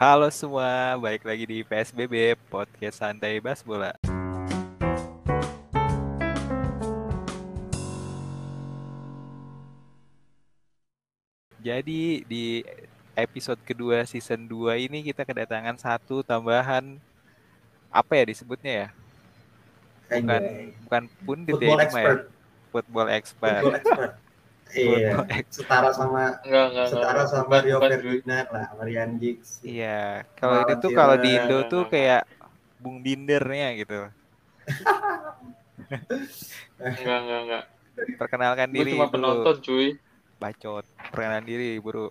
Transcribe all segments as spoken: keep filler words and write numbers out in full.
Halo semua, balik lagi di P S B B, Podcast Santai Bas Bola. Jadi di episode kedua season dua ini kita kedatangan satu tambahan, apa ya disebutnya ya? Bukan Anjay. bukan pundit ya Football ini mah ya. expert. Football expert. Football expert. Football Iya, expert. setara sama Enggak, enggak, enggak, setara enggak. sama Bukan, Rio bukan, cuy. Ferdinand lah, Marian Giggs, Iya, kalau sama ini Alan tuh kalau di Shearer. Indo Enggak, tuh enggak, enggak. kayak Bung Dindernya gitu. Enggak, enggak, enggak. Perkenalkan Gue diri cuma dulu, penonton, cuy. bacot. Perkenalan diri, bro.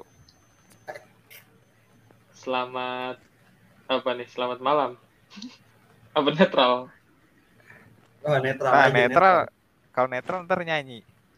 Selamat apa nih? Selamat malam. Apa netral? Oh, netral Nah, aja, netral. netral. Kalau netral ntar nyanyi.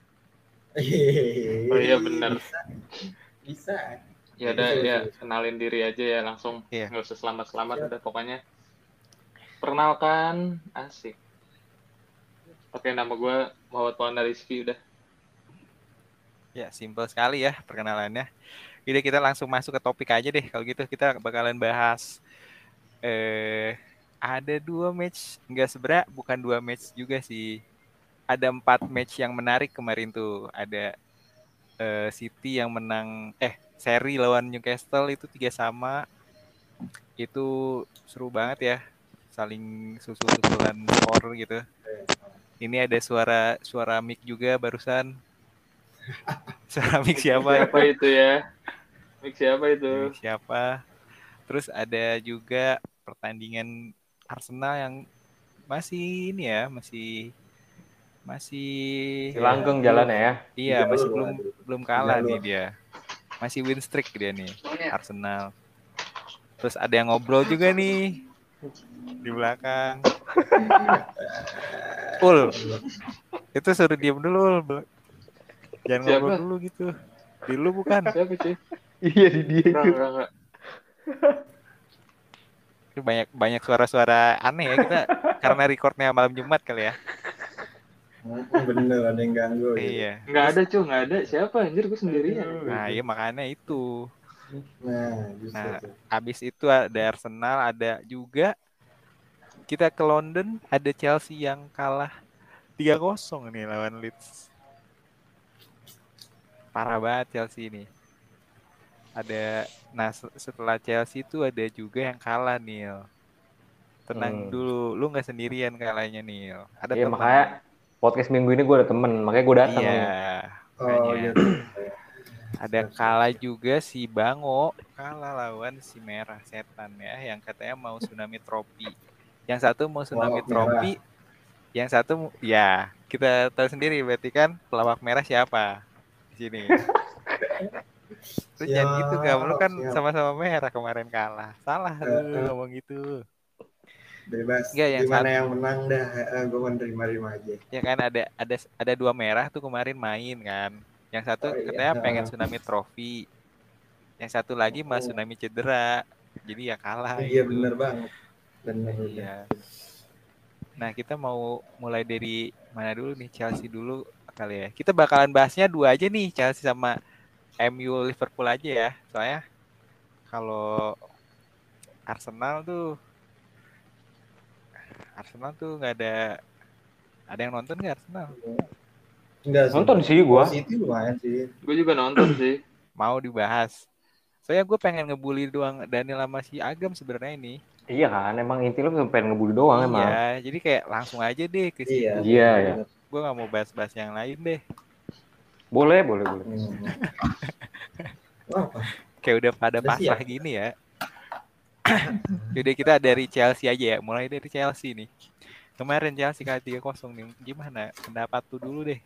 Oh iya bener. Bisa. Bisa. Ya udah ya, kenalin diri aja ya langsung. Iya. Nggak usah selamat-selamat Siap. udah pokoknya. Perkenalkan, asik. Oke, nama gue Muhammad Maulana Rizky udah. Ya, simpel sekali ya perkenalannya. Jadi kita langsung masuk ke topik aja deh. Kalau gitu kita bakalan bahas eh ada dua match, enggak sebenarnya bukan dua match juga sih. Ada empat match yang menarik kemarin tuh. Ada eh, City yang menang eh seri lawan Newcastle itu tiga sama. Itu seru banget ya. Saling susul-susulan skor gitu. Ini ada suara suara mic juga barusan. Suara mic siapa? Siapa itu ya? Mik siapa itu? Mic siapa? Terus ada juga pertandingan Arsenal yang masih ini ya, masih masih Si langgeng jalannya ya. iya, Jalur masih lah, belum aduh. belum kalah Jalur. nih dia. Masih win streak dia nih, Arsenal. Terus ada yang ngobrol juga nih di belakang. Ul, itu suruh diem dulu, Ul. Jangan Siapa? ngobrol dulu gitu. Di lu bukan? Siapa cuy? Iya di dia Enggak, itu. enggak, enggak. Itu banyak banyak suara-suara aneh ya kita karena recordnya malam Jumat kali ya. Hmm, bener, ada yang ganggu gitu. Iya. Enggak ada cuy, enggak ada. Siapa anjir gue sendirian. Nah, iya makanya itu. Nah, justru Nah, tuh. abis itu ada Arsenal, ada juga kita ke London, ada Chelsea yang kalah tiga kosong nih lawan Leeds. Parah banget Chelsea ini. Ada, nah setelah Chelsea itu ada juga yang kalah Nil. Tenang Hmm. dulu, lu nggak sendirian kalahnya Nil. Ada Iya temen. makanya podcast minggu ini gue ada temen, makanya gue datang Iya, nih. Oh, makanya. gitu. Ada kalah juga si Bango, kalah lawan si Merah Setan ya, yang katanya mau Tsunami Trophy. Yang satu mau Tsunami Pelawak Trophy, yang satu ya kita tahu sendiri berarti kan pelawak merah siapa di sini. Lu jangan gitu gak, lu kan Siap. sama-sama merah kemarin kalah. Salah lu Uh, uh. ngomong gitu. Bebas. Enggak, yang Gimana satu- yang menang dah, uh, gue menerima-terima aja. Ya kan ada ada ada dua merah tuh kemarin main kan. Yang satu Oh, iya. katanya pengen Uh. Tsunami Trophy. Yang satu lagi mah Oh. Tsunami cedera. Jadi ya kalah Iya, gitu. bener banget. Bener, bener. Iya. Nah, kita mau mulai dari mana dulu nih? Chelsea dulu kali ya. Kita bakalan bahasnya dua aja nih, Chelsea sama M U Liverpool aja ya. Soalnya kalau Arsenal tuh Arsenal tuh nggak ada ada yang nonton nggak Arsenal? Enggak sih. Nonton sih gue. City lumayan sih. Gue juga nonton sih. Mau dibahas. Soalnya gue pengen ngebully doang Daniel sama si Agam sebenarnya ini. Iya kan, emang inti lu pengen ngebully doang iya, emang. Iya, jadi kayak langsung aja deh ke situ. Iya, Iya, ya. Gue nggak mau bahas-bahas yang lain deh. Boleh, boleh, boleh. Hmm. Apa? Kayak udah pada Udah pasrah siap. gini ya. Jadi kita dari Chelsea aja ya, mulai dari Chelsea nih. Kemarin Chelsea kalah tiga kosong nih, gimana pendapat tuh dulu deh?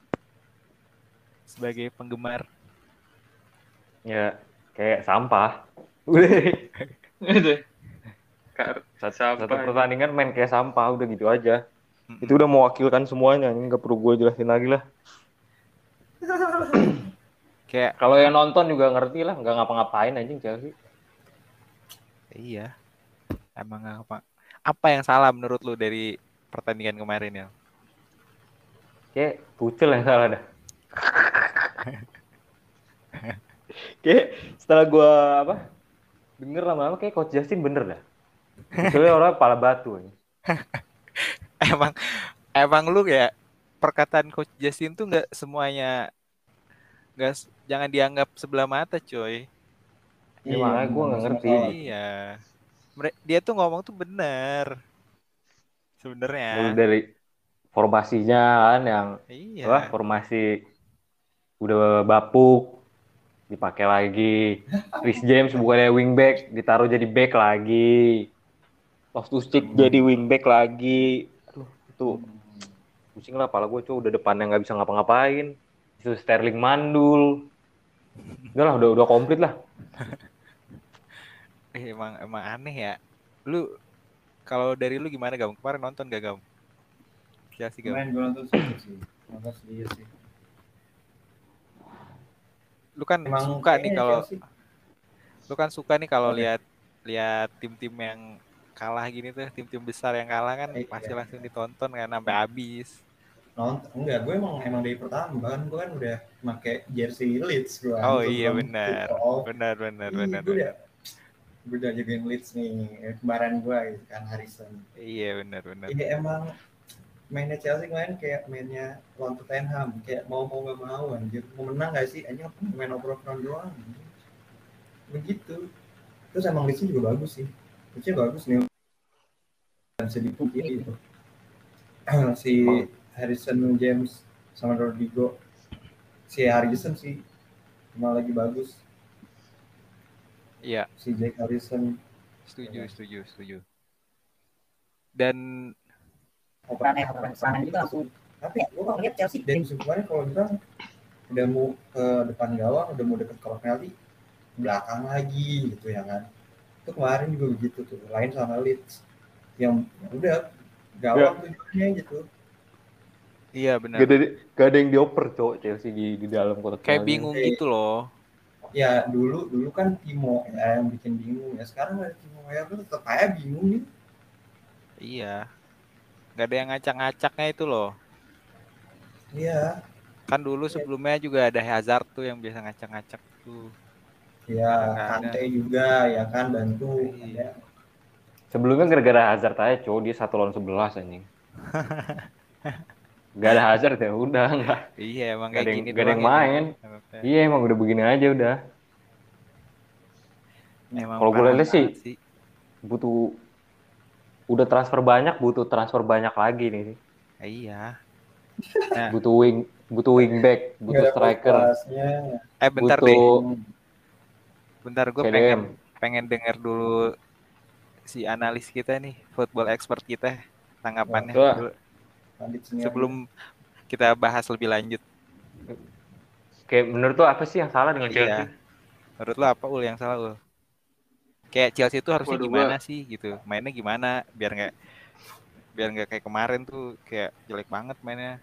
Sebagai penggemar. Ya, kayak sampah. Udah. Itu. Satu, Sampah satu ini. pertandingan main kayak sampah, udah gitu aja. Mm-mm. Itu udah mewakilkan semuanya, nggak perlu gue jelasin lagi lah. Kayak kalau yang nonton juga ngerti lah, nggak ngapa-ngapain anjing Chelsea. Iya. Emang apa? Apa yang salah menurut lu dari pertandingan kemarin ya? Kayak Tuchel yang salah dah. Kayak setelah gue apa Denger lama-lama kayak Coach Justin bener dah. Soalnya orang kepala batu. Ya. emang emang lu ya perkataan Coach Justin tuh nggak semuanya nggak jangan dianggap sebelah mata coy. Ya, makanya gue nggak ngerti. Iya. Dia tuh ngomong tuh bener. Sebenarnya. Mulai dari formasinya kan yang iya. Wah, formasi udah bapuk dipakai lagi. Chris James bukannya wingback ditaruh jadi back lagi. Loftus-Cheek hmm. jadi wingback lagi. Aduh, itu pusing lah kepala gue cuy, udah depannya nggak bisa ngapa-ngapain. Itu Sterling mandul. Udah lah, udah udah komplit lah. Eh, emang emang aneh ya. Lu kalau dari lu gimana Gam? Kemarin nonton gak Gam? Chelsea Gam? Kemarin gue nonton sedikit sih. Nonton sedikit sih. Lu kan emang suka nih kalau lu kan suka nih kalau lihat lihat tim-tim yang kalah gini tuh, tim-tim besar yang kalah kan eh, pasti iya. langsung ditonton kan sampai habis. Nonton enggak, gue emang emang dari pertama bahkan gue kan udah pakai jersey Leeds gue. Oh iya benar. Benar benar Ih, benar. Gue udah gue udah jagain Leeds nih kemarin gue gitu kan Harrison. Iya benar benar. Iya emang mainnya Chelsea kemarin kayak mainnya lawan Tottenham, kayak mau mau nggak mau anjir, mau menang nggak sih? Anjir main oper-operan doang. Begitu. Terus emang Leeds juga bagus sih. Leeds bagus nih. Dan sedikit gitu. si oh. Harrison James sama Rodrigo. Si Harrison sih cuma lagi bagus. Iya. Si Jack Harrison. Setuju, ya. setuju, setuju. Dan operan operan serangan juga langsung. Tapi gue kalau lihat Chelsea dari sebenarnya kalau bilang udah mau ke depan gawang, udah mau deket ke penalti, belakang lagi gitu ya kan. Itu kemarin juga begitu tuh, lain sama Leeds yang udah gawang ya. Tujuannya gitu. Iya benar. Gak ada, gak ada yang dioper cowok Chelsea di di dalam kotak. Kayak bingung eh, gitu loh. Ya dulu dulu kan Timo ya yang bikin bingung ya, sekarang ada Timo ya tuh tetap aja bingung nih. Iya. Gak ada yang ngacak-ngacaknya itu loh. Iya. Kan dulu sebelumnya juga ada Hazard tuh yang biasa ngacak-ngacak tuh. Iya, Kante juga ya kan bantu. Iya. Sebelumnya gara-gara Hazard aja cowok dia satu lawan sebelas anjing. Gak ada Hazard ya udah enggak. Iya emang gak kayak gini gak ada yang main. Ya. Iya emang udah begini aja udah. Kalau gue lihat sih, sih butuh udah transfer banyak, butuh transfer banyak lagi nih. Ya, iya. Nah. butuh wing, butuh wingback, butuh striker. Eh bentar butuh... deh. Bentar gue pengen pengen dengar dulu si analis kita nih, football expert kita tanggapannya oh, dulu. Sebelum kita bahas lebih lanjut. Kayak menurut lo apa sih yang salah dengan Chelsea? Iya. Menurut lo apa Ul yang salah Ul? Kayak Chelsea itu harusnya Waduh, gimana gua... sih gitu, mainnya gimana biar nggak biar nggak kayak kemarin tuh kayak jelek banget mainnya.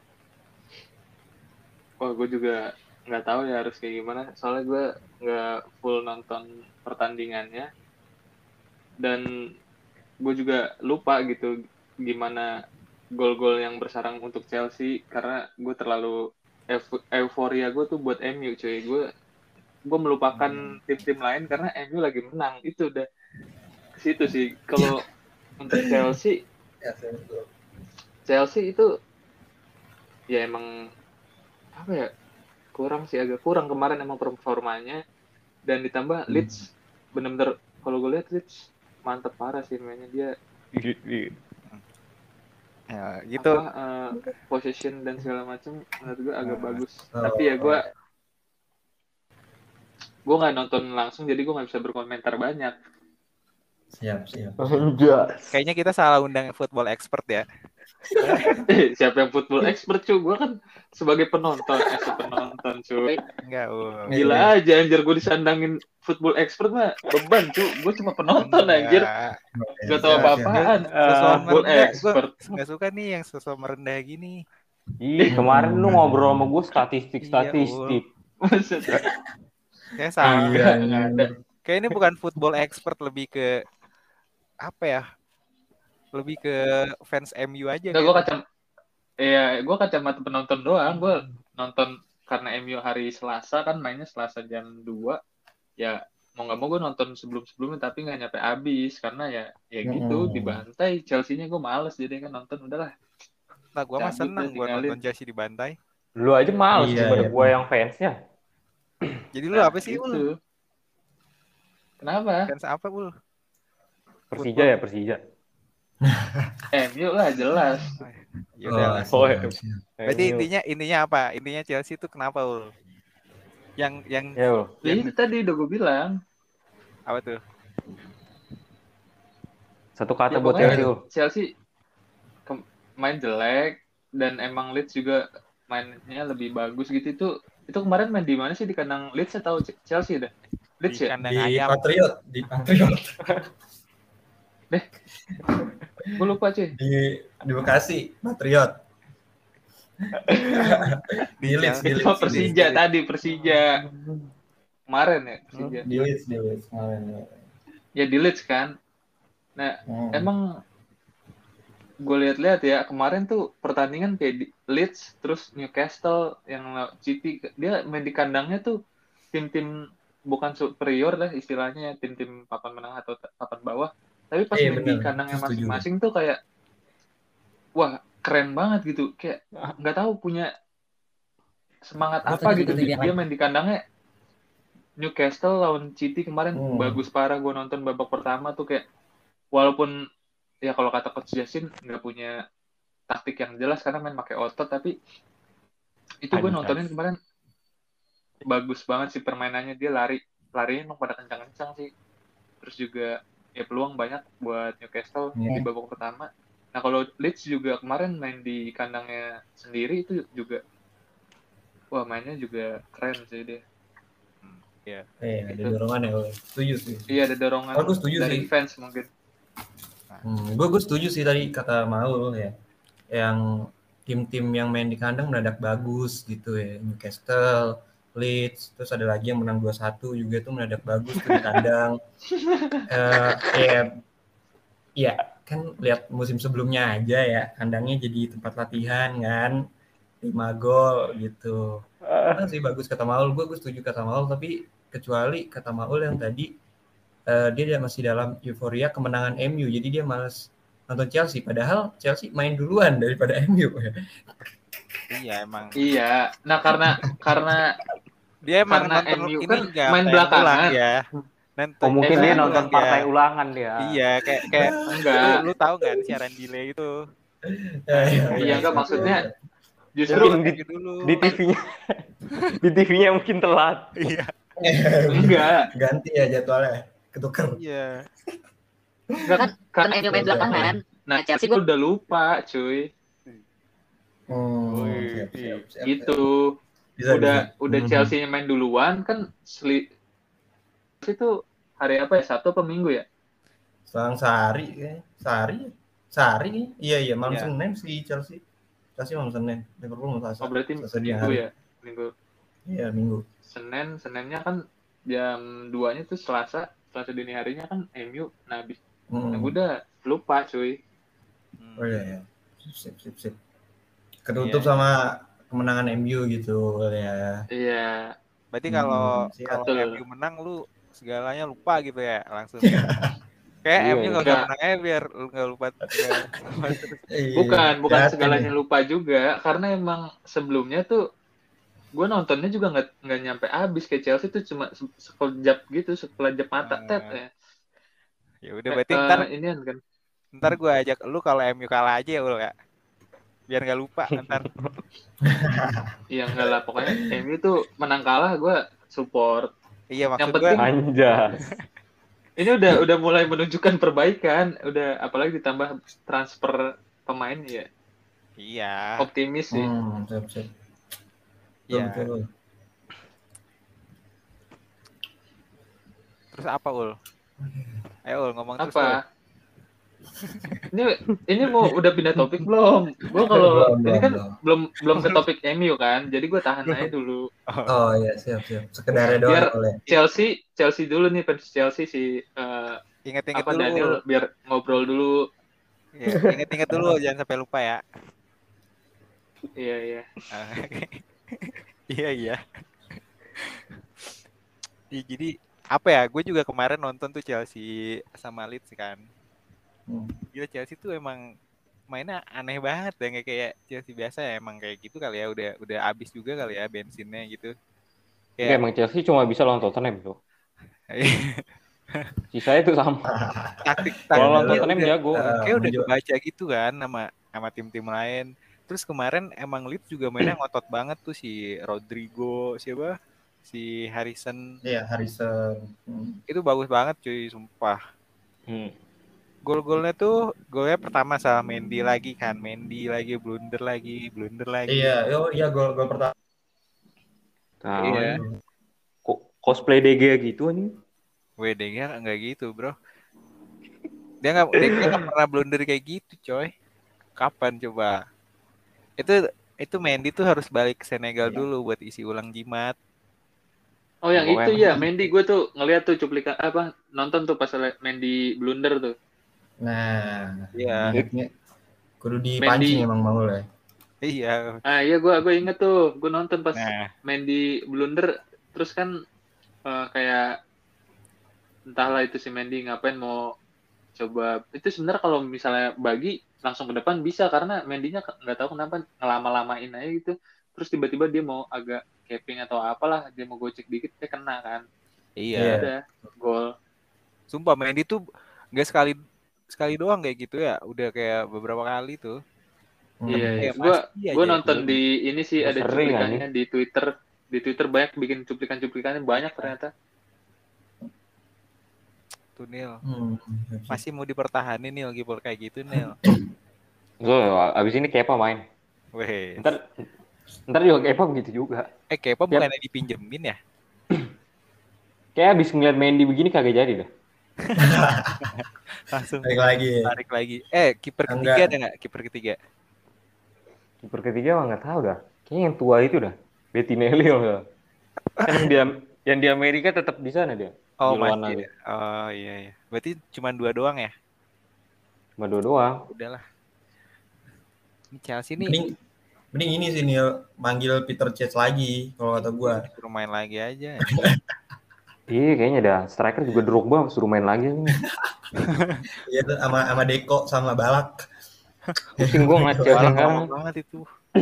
Wah gue juga nggak tahu ya harus kayak gimana, soalnya gue nggak full nonton pertandingannya dan gue juga lupa gitu gimana gol-gol yang bersarang untuk Chelsea karena gue terlalu euf- euforia gue tuh buat M U cuy. Gue gue melupakan hmm. tim-tim lain karena M U lagi menang, itu udah ke situ sih. Kalau untuk Chelsea Chelsea itu ya emang apa ya, kurang sih, agak kurang kemarin emang performanya, dan ditambah Leeds bener-bener kalau gue lihat Leeds mantep parah sih mainnya dia. Ya, gitu. Apa, uh, possession dan segala macam menurut gue agak nah, bagus. Oh, tapi ya gue oh. gue nggak nonton langsung jadi gue nggak bisa berkomentar banyak. Siap siap. Kayaknya kita salah undang football expert ya. Siapa yang football expert cuy? Gue kan sebagai penonton, eh penonton cuy. Enggak, uh. Gila aja anjir gue disandangin football expert mah beban cuy. Gue cuma penonton anjir. Gak tau apa-apaan. Football expert. Gak suka nih yang sosok merendah gini. Ih, kemarin lu ngobrol sama gue statistik-statistik. Kayak salah. Iya, kayak ini bukan football expert, lebih ke apa ya? Lebih ke fans M U aja. Nah, gue kacam, iya, gue kacamata penonton doang. Gue nonton karena M U hari Selasa kan mainnya Selasa jam dua. Ya mau nggak mau gue nonton sebelum-sebelumnya tapi nggak nyampe habis karena ya ya gitu Mm-mm. dibantai Chelsea-nya gue males jadi kan nonton udahlah Nah, gua mah cabut seneng deh, gua tinggalin. nonton Chelsea dibantai. Lu aja males Iya, daripada iya, gua bener. yang fansnya. Jadi lu Nah, apa sih, Ul? gitu. Kenapa? Fans apa, Ul? Persija ya, Persija. M U lah jelas. Ya udah lah. Oh, siap, siap. Berarti M U. intinya intinya apa? Intinya Chelsea itu kenapa, Ul? Yang yang Ya, Ul. Ya yang itu tadi udah gue bilang. apa tuh? Satu kata Ya buat pokoknya Chelsea, Ul. Chelsea ke- main jelek dan emang Leeds juga mainnya lebih bagus gitu itu itu kemarin main di mana sih di kandang Leeds atau Ch- Chelsea dah? Leeds Di ya? kandang Di ayam. Patriot, di Patriot, Gue lupa cuy. di di Bekasi, Patriot. Di Di Leeds, Chelsea. di Itu Leeds, Persija tadi Persija kemarin ya Persija. di Leeds, di Leeds kemarin. Ya di Leeds kan. Nah Hmm. emang gue lihat-lihat ya kemarin tuh pertandingan kayak di Leeds terus Newcastle yang lawan City dia main di kandangnya tuh tim-tim bukan superior lah istilahnya ya, tim-tim papan menengah atau t- papan bawah tapi pas Iya, main di bener. kandangnya Itu setuju. masing-masing tuh kayak wah keren banget gitu kayak nggak tahu punya semangat Gua apa tadi gitu juga dia tadi- main di kandangnya Newcastle lawan City kemarin Hmm. bagus parah gue nonton babak pertama tuh kayak walaupun ya kalau kata Coach Justin nggak punya taktik yang jelas karena main pakai otot tapi itu gue Anjas. nontonin kemarin bagus banget sih permainannya dia lari larinya emang pada kencang-kencang sih terus juga ya peluang banyak buat Newcastle Iya. di babak pertama nah kalau Leeds juga kemarin main di kandangnya sendiri itu juga wah mainnya juga keren sih dia Iya. Eh, ada Gitu. dorongan ya, Ul. Setuju sih. iya ada dorongan Oh, gue setuju dari sih. fans mungkin Hmm, gue gue setuju sih tadi kata Maul ya, yang tim-tim yang main di kandang mendadak bagus gitu ya, Newcastle, Leeds, terus ada lagi yang menang dua satu juga tuh mendadak bagus tuh di kandang. Eh, ya, ya kan lihat musim sebelumnya aja ya, kandangnya jadi tempat latihan kan, lima gol gitu. Nah, sih bagus kata Maul, gue gue setuju kata Maul, tapi kecuali kata Maul yang tadi Uh, dia masih dalam euforia kemenangan M U, jadi dia malas nonton Chelsea. Padahal Chelsea main duluan daripada M U. Iya emang. iya nah karena karena Dia emang Karena nonton M U ini kan enggak main tayang belakangan. ulang ya. Nonton, Oh mungkin Eh, dia kan? nonton ulang partai dia. ulangan dia. Iya kayak kayak enggak lu, lu tahu nggak siaran delay itu? Ya, ya, iya enggak ya, maksudnya ya. justru Mungkin di, dulu. di T V-nya di T V-nya mungkin telat. Iya. enggak Ganti ya jadwalnya, ketuker. Iya. enggak Kan karena M U main belakangan. nah Chelsea Chelsea udah lupa cuy Hmm, Wih, siap, siap, siap, gitu Bisa, udah bisa. udah Hmm. Chelsea-nya main duluan kan seli itu hari apa ya Sabtu apa Minggu ya Selang sehari kayaknya. Sehari ya? Sehari nih. Iya, iya, malam Iya. Senin sih Chelsea. Chelsea malam Senin. Liverpool malam Selasa. oh berarti Selasa dini Minggu hari. ya Minggu Iya, Minggu. Senin Seninnya kan jam dua nya tuh Selasa Selasa dini harinya kan M U nah habis Hmm. nah, udah lupa cuy Hmm. Oh iya, iya. Sip, sip, sip. Ketutup Iya. sama kemenangan M U gitu ya. iya Berarti Hmm, kalau siap. kalau Betul. M U menang lu segalanya lupa gitu ya langsung. Kayak Iya, M U iya. nggak usah Enggak. menang aja biar lu nggak lupa. nggak lupa terus. Iya, bukan bukan hati-hati segalanya nih. lupa juga karena emang sebelumnya tuh gue nontonnya juga nggak nggak nyampe habis kayak Chelsea tuh cuma se- sekejap gitu sekejap mata Hmm. tet ya Ya udah Eh, berarti eh, ntar inian kan ntar gue ajak lu kalau M U kalah aja ya ul ya. Biar nggak lupa ntar. iya enggak lah pokoknya M U tuh menang kalah gue support Iya maksud Yang gue. penting- Anjas. ini udah udah mulai menunjukkan perbaikan udah apalagi ditambah transfer pemain ya Iya. optimis sih Hmm, siap, siap. Betul, Iya. betul. Terus apa ul? Ayo ul ngomong terus. Ul. apa ini ini mau udah pindah topik belum gue kalau Belum, ini belum, kan belum. belum belum ke topik M U kan jadi gue tahan aja dulu Oh iya, siap, siap. Sekedarnya doang Biar- boleh. Chelsea Chelsea dulu nih fans Chelsea si eh, Ingat-ingat apa dulu. Daniel Ul. biar ngobrol dulu Ya, ingat-ingat dulu jangan sampai lupa ya. iya iya Iya iya. Iya, jadi apa ya? Gue juga kemarin nonton tuh Chelsea sama Leeds kan. Hmm. Gila Chelsea tuh emang mainnya aneh banget ya, nggak kayak Chelsea biasa ya, emang kayak gitu kali ya, udah udah habis juga kali ya bensinnya gitu. Enggak, Kayak emang Chelsea cuma bisa lawan Tottenham tuh. Sisanya itu sama. taktik Kalau Ya, lawan taktiknya lu, Tottenham udah jago. uh, kayak udah menju- kebaca gitu kan sama sama tim-tim lain. Terus kemarin emang Leeds juga mainnya ngotot banget tuh, si Rodrigo siapa? Si Harrison Iya, Harrison. Hmm. itu bagus banget cuy, sumpah. Hmm. Gol-golnya tuh golnya pertama sama Mendy lagi kan, Mendy lagi blunder lagi, blunder lagi. Iya, oh iya gol gol pertama. Tahu Iya, aja. Kok cosplay D G gitu nih. W D G nggak gitu bro. Dia nggak dia dia nggak pernah blunder kayak gitu coy. Kapan coba? Itu itu Mendy tuh harus balik ke Senegal Iya. dulu buat isi ulang jimat. Oh yang Pokoknya itu emang. ya, Mendy gue tuh ngeliat tuh cuplikan apa nonton tuh pas Mendy blunder tuh. Nah, Iya. ingetnya kudu Mendy, dipancing emang mau lah. Iya. ah iya gue gue inget tuh, gue nonton pas Nah, Mendy blunder, terus kan eh, kayak entahlah itu si Mendy ngapain mau coba itu sebenarnya kalau misalnya bagi langsung ke depan bisa karena Mendy-nya ke- nggak tahu kenapa ngelama-lamain aja gitu, terus tiba-tiba dia mau agak capping atau apalah, dia mau gocek dikit dia kena kan, iya. Iya. udah gol. Sumpah Mendy tuh nggak sekali sekali doang kayak gitu ya, udah kayak beberapa kali tuh. Hmm. Iya, iya. Kayak Gue pasti gue aja nonton golnya. di ini sih Udah ada sering, cuplikannya anjing. di Twitter. Di Twitter banyak bikin cuplikan-cuplikannya banyak Iya. ternyata. Tuh Nil. Hmm. Masih mau dipertahanin Nil Gipol kayak gitu Nil. So, abis ini Kepa main. Weh. Ntar, ntar juga Kepa begitu juga. Eh Kepa Tiap- bukannya dipinjemin ya? Kayak abis ngeliat Mendy begini kagak jadi dah. Langsung Balik lagi. tarik lagi. Eh kiper Enggak. ketiga ada nggak? Kiper ketiga. Kiper ketiga mah nggak tahu dah. Kayaknya yang tua itu dah. Bettinelli loh. Kan yang di, yang di Amerika tetap di sana dia. Oh Di luar masih. negeri. Oh iya iya. Berarti cuma dua doang ya? Cuma dua doang. Udahlah. Ini Chelsea nih Mending mending ini sih Neil manggil Peter Cech lagi kalau kata gua. suruh main lagi aja. Iya kayaknya dah. Striker juga Drogba suruh main lagi nih. Iya tuh sama sama Deko sama Balak. Pusing gua ngeliat Chelsea Balak sekarang. lama banget itu.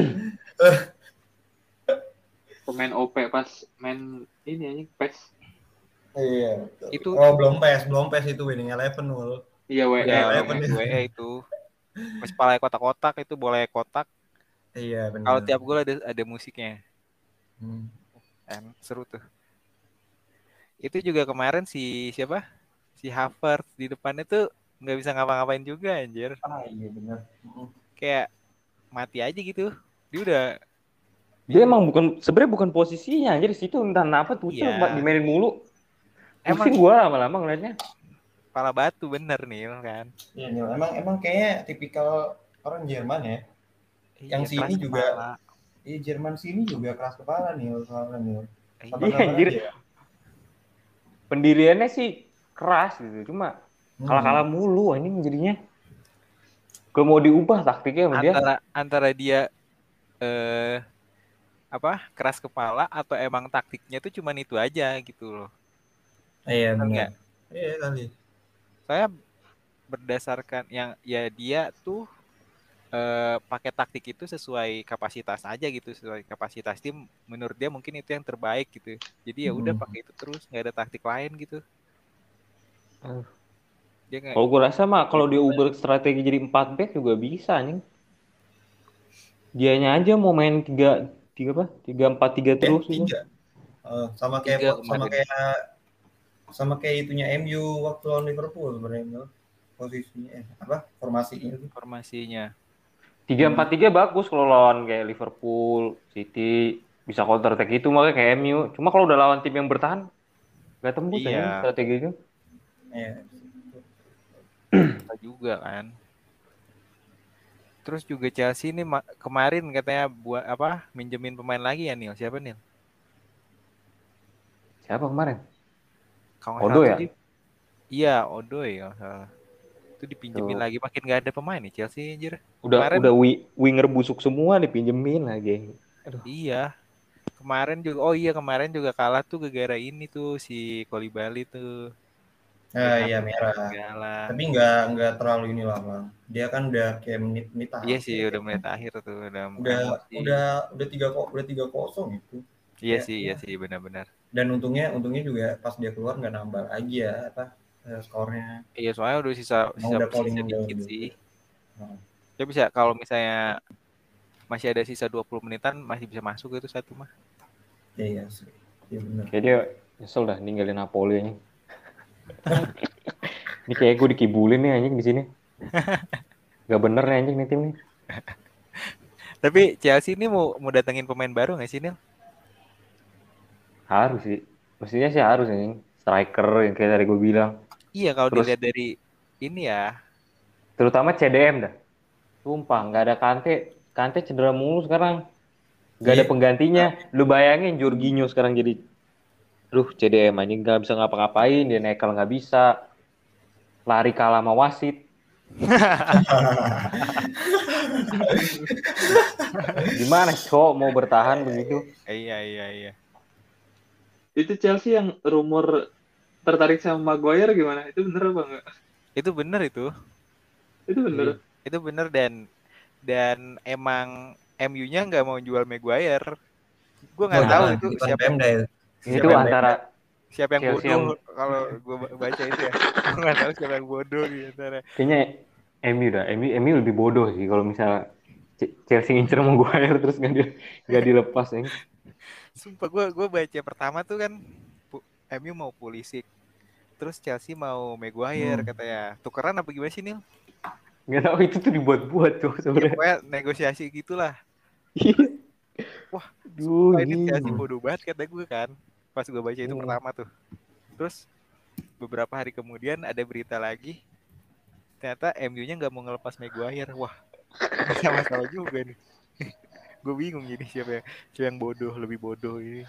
Pemain O P pas main ini anjing P E S. Iya. Itu- Oh belum pes, belum pes itu winning eleven nul. Iya, W E. Ya, Iya, W bener. E itu. Pas pala kotak-kotak itu boleh kotak. Iya benar. Kalau tiap gol ada ada musiknya. Hmm. Kan seru tuh. Itu juga kemarin si siapa? Si Havertz di depannya tuh nggak bisa ngapa-ngapain juga anjir. Ah iya benar. Hmm. Kayak mati aja gitu. Dia udah Dia emang bukan sebenarnya bukan posisinya anjir situ entah kenapa tuh Iya. dimainin mulu. Emang Pusing gua lama-lama ngeliatnya. kepala batu bener nih kan. Iya Neil, emang emang kayaknya tipikal orang Jerman ya. Yang Iya, keras sini juga- kepala. Iya Jerman sini juga keras kepala Neil soalnya Neil. Iya. Kapan-kapan Iya, anjir. aja. Pendiriannya sih keras gitu, cuma Hmm. kalah-kalah mulu anjing jadinya. Gak mau diubah taktiknya sama dia. Antara antara dia eh apa keras kepala atau emang taktiknya tuh cuman itu aja gitu loh. Iya Bener benar. nggak? Iya kali. Saya berdasarkan yang ya dia tuh eh, pakai taktik itu sesuai kapasitas aja gitu, sesuai kapasitas tim. Menurut dia mungkin itu yang terbaik gitu. Jadi ya udah Hmm. pakai itu terus, nggak ada taktik lain gitu. Aduh. Dia nggak. Kalau gue rasa mah kalau dia ubah strategi jadi empat back juga bisa anjing. Dianya aja mau main tiga tiga apa? tiga empat tiga terus Eh, gitu. tiga. Oh, sama kayak Tiga sama kemarin. kayak sama kayak itunya M U waktu lawan Liverpool sebenarnya Neil. Posisinya eh, apa? Formasinya itu. Formasinya. tiga empat tiga bagus kalau lawan kayak Liverpool, City, bisa counter attack itu makanya kayak M U. Cuma kalau udah lawan tim yang bertahan gak tembus Iya. anjing strategi itu. Iya. Kita juga kan. Terus juga Chelsea ini ma- kemarin katanya buat apa minjemin pemain lagi ya Nil. Siapa Nil? Siapa kemarin? Kalau nggak Odo salah ya? tuh di- Iya Odoy kalau nggak salah. Itu dipinjemin Tuh. lagi, makin nggak ada pemain nih Chelsea anjir. Udah Kemarin- udah wi- winger busuk semua dipinjemin lagi. Iya. Kemarin juga, oh iya kemarin juga kalah tuh gara-gara ini tuh si Koulibaly tuh. Nah, Udah iya merah. segala. Tapi nggak nggak terlalu inilah bang. Dia kan udah kayak menit-menit Iya sih, akhir. udah menit akhir tuh, udah Udah emosi. udah udah tiga kok udah tiga kosong itu. Iya Ya, sih, ya. iya sih, benar-benar. Dan untungnya untungnya juga pas dia keluar nggak nambah lagi ya apa eh, skornya. Iya, soalnya udah sisa Emang sisa udah calling sisa down dikit gitu. sih. Nah, Ya bisa kalau misalnya masih ada sisa dua puluh menitan masih bisa masuk itu satu mah. iya sih. Iya benar. Kayak dia nyesel dah ninggalin Napoli anjing. Ini kayak gue dikibulin nih anjing di sini. Gak bener nih anjing nih tim nih. Tapi Chelsea ini mau mau datengin pemain baru nggak sih Nil? Harus sih. Mestinya sih harus anjing. Striker yang kayak tadi gue bilang. Iya kalau Terus dilihat dari ini ya. terutama C D M dah. Sumpah nggak ada Kante. Kante cedera mulu sekarang. Gak ada Iya. penggantinya. Lu bayangin Jorginho sekarang jadi. Duh C D M anjing gak bisa ngapa-ngapain. Dia nekel nggak bisa. Lari kalah sama wasit. Gimana cowok mau bertahan begitu? Iya iya iya. Itu Chelsea yang rumor tertarik sama Maguire gimana? Itu bener apa enggak? Itu bener itu. Itu bener. Iya. Itu bener dan dan emang M U-nya nggak mau jual Maguire. Gue nggak Oh, tahu Nah, itu bukan siapa Pemda itu. itu Siapa yang antara siapa yang Chelsea bodoh yang- kalau gue baca itu ya. Gue nggak tahu siapa yang bodoh di antara. kayaknya M U dah. M U, M U lebih bodoh sih kalau misalnya C- Chelsea ngincer Maguire terus nggak di, nggak dilepas ya. Sumpah gue gue baca pertama tuh kan pu- M U mau Pulisic. Terus Chelsea mau Maguire Hmm. katanya. Tukeran apa gimana sih Nil? Nggak tahu itu tuh dibuat-buat tuh Ya sebenarnya. pokoknya negosiasi gitulah. Wah, Duh, sumpah ini gini. Chelsea bodoh banget kata gue kan. Pas gue baca itu Iya. pertama tuh. Terus beberapa hari kemudian ada berita lagi. Ternyata M U-nya nggak mau ngelepas Maguire. Wah, sama-sama juga nih. Gue bingung jadi siapa yang, siapa yang bodoh, lebih bodoh ini.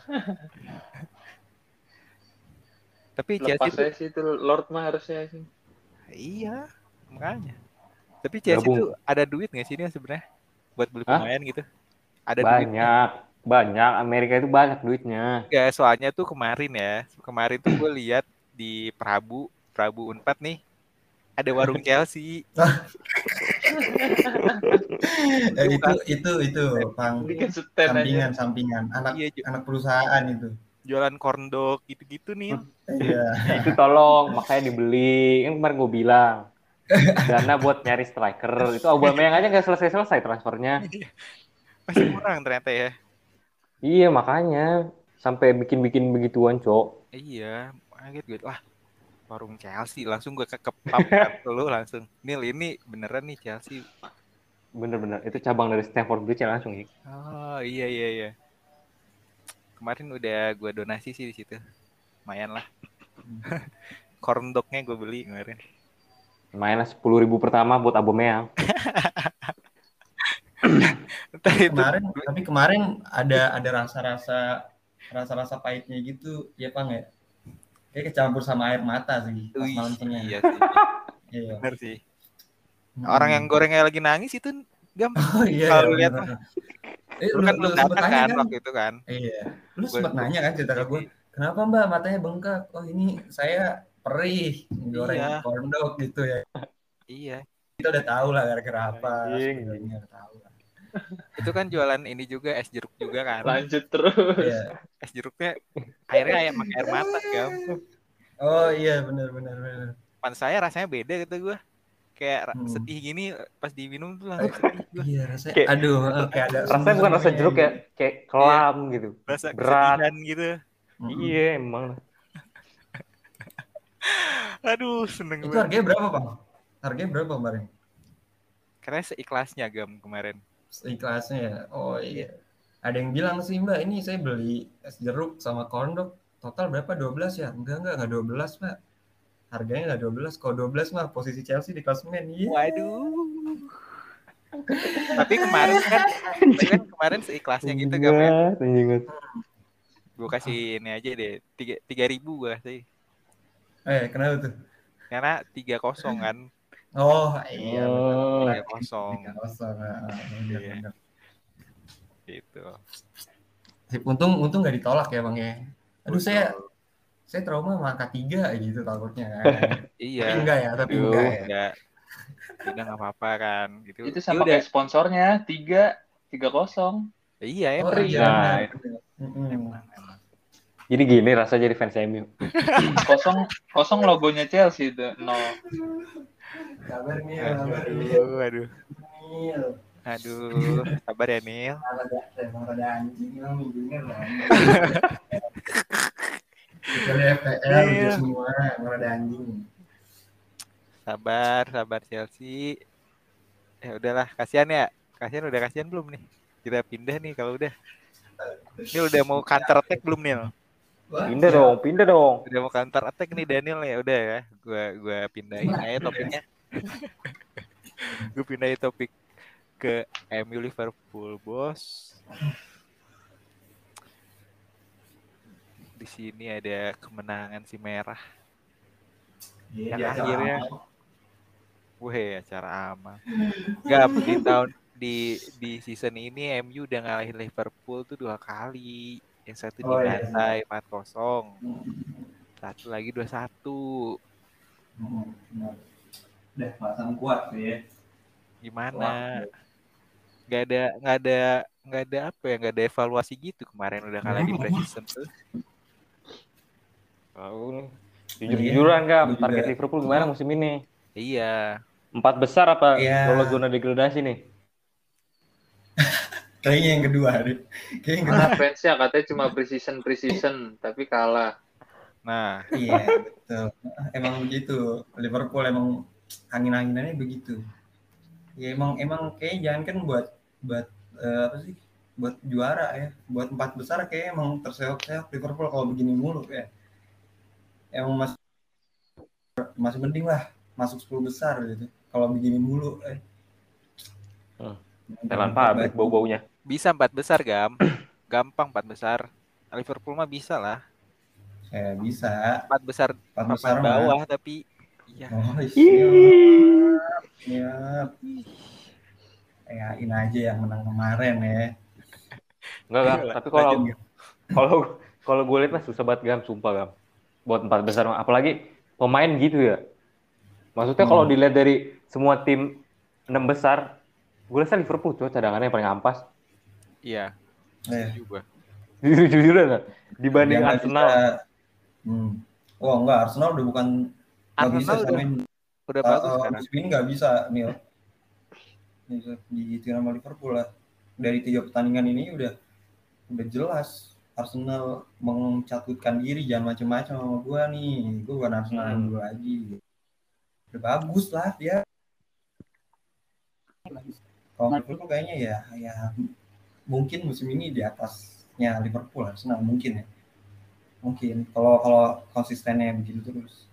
Tapi Chelsea Lepas tuh, saya sih itu Lord mah harusnya sih. iya, makanya. Tapi Chelsea Gabung. tuh ada duit nggak sih ini sebenarnya buat beli Hah? pemain gitu? Ada duit nggak? Banyak, banyak. Amerika itu banyak duitnya. Nggak, soalnya tuh kemarin ya, kemarin tuh gue lihat di Prabu, Prabu Unpad nih, ada warung Chelsea. Eh, Itu itu bukan itu itu Bang. Bikin stand aja. Sampingan sampingan anak Iya, ju- anak perusahaan itu. jualan corn dog gitu-gitu nih. Iya. Itu tolong, makanya dibeli. Kan kemarin gue bilang. Dana buat nyari striker. Itu Aubameyang aja nggak selesai-selesai transfernya. Masih kurang ternyata ya. Iya, makanya. Sampai bikin-bikin begituan, Cok. Iya, kaget gue. Wah, warung Chelsea langsung gue kekepap kan lu langsung. Nil ini beneran nih Chelsea. Bener-bener. Itu cabang dari Stamford Bridge ya langsung. Ya. Oh, iya iya iya. Kemarin udah gue donasi sih di situ. Lumayan lah. Corn dog-nya gue beli kemarin. Mainnya sepuluh ribu pertama buat Aubameyang. Entah itu Kemarin tapi kemarin ada ada rasa-rasa rasa-rasa pahitnya gitu ya Bang ya. Kayak kecampur sama air mata sih pas Wih, malam Senin. iya sih. Iya. Bener sih. Hmm. Orang yang gorengnya lagi nangis itu gam. Oh iya. Kalau iya, lihat bener. mah. Eh, Lu lu, kan lu belum sempet datang nanya kan kan? waktu itu kan. Iya. Lu Gua- sempet gua- nanya kan cerita ke gue. Kenapa Mbak matanya bengkak? Oh ini saya perih goreng Iya. corn dog gitu ya. Iya. Kita udah tahu lah gara-gara apa Anjing. sebenarnya udah tahu lah. Itu kan jualan ini juga es jeruk juga kan. Lanjut terus. Iya. Es jeruknya airnya kayak pakai air mata gam. Oh iya benar benar benar. Pan saya rasanya beda gitu gue. Kayak ra- Hmm. sedih gini pas diminum tuh langsung sedih gue. Iya rasanya Kayak- aduh eh, kayak ada Rasanya bukan rasa sumber-sumbernya jeruk ya. gitu. Kayak kelam gitu. Rasa Berat. kesedihan gitu. Mm-mm. Iya, emang. Aduh, seneng Itu banget. harganya berapa Bang? Harganya berapa kemarin? Karena seikhlasnya gam kemarin. Ikhlasnya ya. Oh iya. Ada yang bilang sih Mbak ini saya beli es jeruk sama corn dog total berapa? dua belas ya? Enggak enggak enggak dua belas Pak. Harganya enggak dua belas. Kalau dua belas mah posisi Chelsea di klasemen. Iya. Waduh. Tapi kemarin kan, tapi kan kemarin seikhlasnya gitu gam ya. Ingat, ingat. Gue kasih ini aja deh, tiga tiga ribu gue sih. Eh kenapa tuh? Karena tiga kosong kan, Oh iya Oh. tiga kosong benar. Kosong. Ah, benar, Iya. benar. gitu. Untung untung nggak ditolak ya bang ya. Aduh Betul. saya saya trauma sama angka tiga gitu takutnya kan. Iya. Tapi enggak ya, tapi Aduh, enggak ya. enggak. Udah nggak apa-apa kan. Gitu. Itu Ya sama udah. kayak sponsornya tiga tiga kosong. Iya Oh emang. iya Nah, benar. itu. benar. Mm-mm. Emang, emang. Jadi gini rasa jadi fans M U. Kosong kosong logonya Chelsea itu nol. Sabar nih, sabar nih. Aduh, aduh. Nil. Aduh, sabar ya Nil. Rada, emang rada anjing emang minggunya lah. Kecuali F P L lucu Nil. semua, emang rada anjing. Sabar, sabar Chelsea. Ya udahlah, kasihan ya. Kasihan udah kasihan belum nih? Kita pindah nih kalau udah. Nil udah mau counter attack belum Nil? Wah, Pindah siap. dong, pindah dong. Udah mau counter attack nih Daniel ya. Udah ya, gua gua pindahin aja topiknya. Gue pindahin topik ke M U Liverpool, bos. Di sini ada kemenangan si merah. Iya, Yang dia akhirnya, acara weh acara aman. Gap di tahun di di season ini M U udah ngalahin Liverpool tuh dua kali. Yang satu Oh, iya, dibantai empat kosong. Hmm, Satu lagi dua satu. hmm, benar. Udah pasang kuat tuh ya. Gimana? Wah, Nggak ada nggak ada nggak ada apa ya, nggak ada evaluasi gitu kemarin udah kalah di preseason tuh. Oh, Iya, jujur-jujuran Gam, gua juga. target Liverpool gimana musim ini? Iya. Empat besar apa Iya. lolos zona degradasi nih? Kayaknya yang kedua deh. Kayaknya yang Mana kedua. fansnya katanya cuma preseason preseason tapi kalah. Nah, Iya, betul. Emang begitu. Liverpool emang angin-anginannya begitu. Ya emang emang kayak jangan kan buat buat eh, apa sih? Buat juara ya. Buat empat besar kayak emang terseok-seok Liverpool kalau begini mulu ya. Emang masih masih mending lah masuk sepuluh besar gitu. Kalau begini mulu eh. Hmm. Jangan Thailand pabrik batu. bau-baunya. bisa empat besar Gam. Gampang empat besar. Liverpool mah bisa lah. Saya bisa. Empat besar Empat besar papan mah. bawah tapi iya. Oh, Ih. siap. Siap. Yain aja yang menang kemarin ya. Enggak Gam, Ayolah, tapi kalau lanjut, Gam. kalau kalau gue lihat mah susah banget Gam, sumpah Gam. Buat empat besar, apalagi pemain gitu ya. Maksudnya kalau Hmm. dilihat dari semua tim enam besar, gue rasa Liverpool tuh cadangannya yang paling ampas. Iya. Eh, Setuju gua. Jujur-jujuran lah. Dibanding dia nggak Arsenal. bisa. Hmm. Oh enggak, Arsenal udah bukan nggak bisa Arsenal udah samain. udah Uh, bagus uh, sekarang. musim ini nggak bisa Neil. Bisa digituin sama Liverpool lah. Dari tiga pertandingan ini udah udah jelas Arsenal mencatutkan diri, jangan macam-macam sama gua nih. Gua bukan Arsenal yang Hmm. dulu lagi. Udah bagus lah dia. Kalau Liverpool kayaknya ya ya mungkin musim ini di atasnya Liverpool Arsenal mungkin ya. Mungkin kalau kalau konsistennya begitu terus.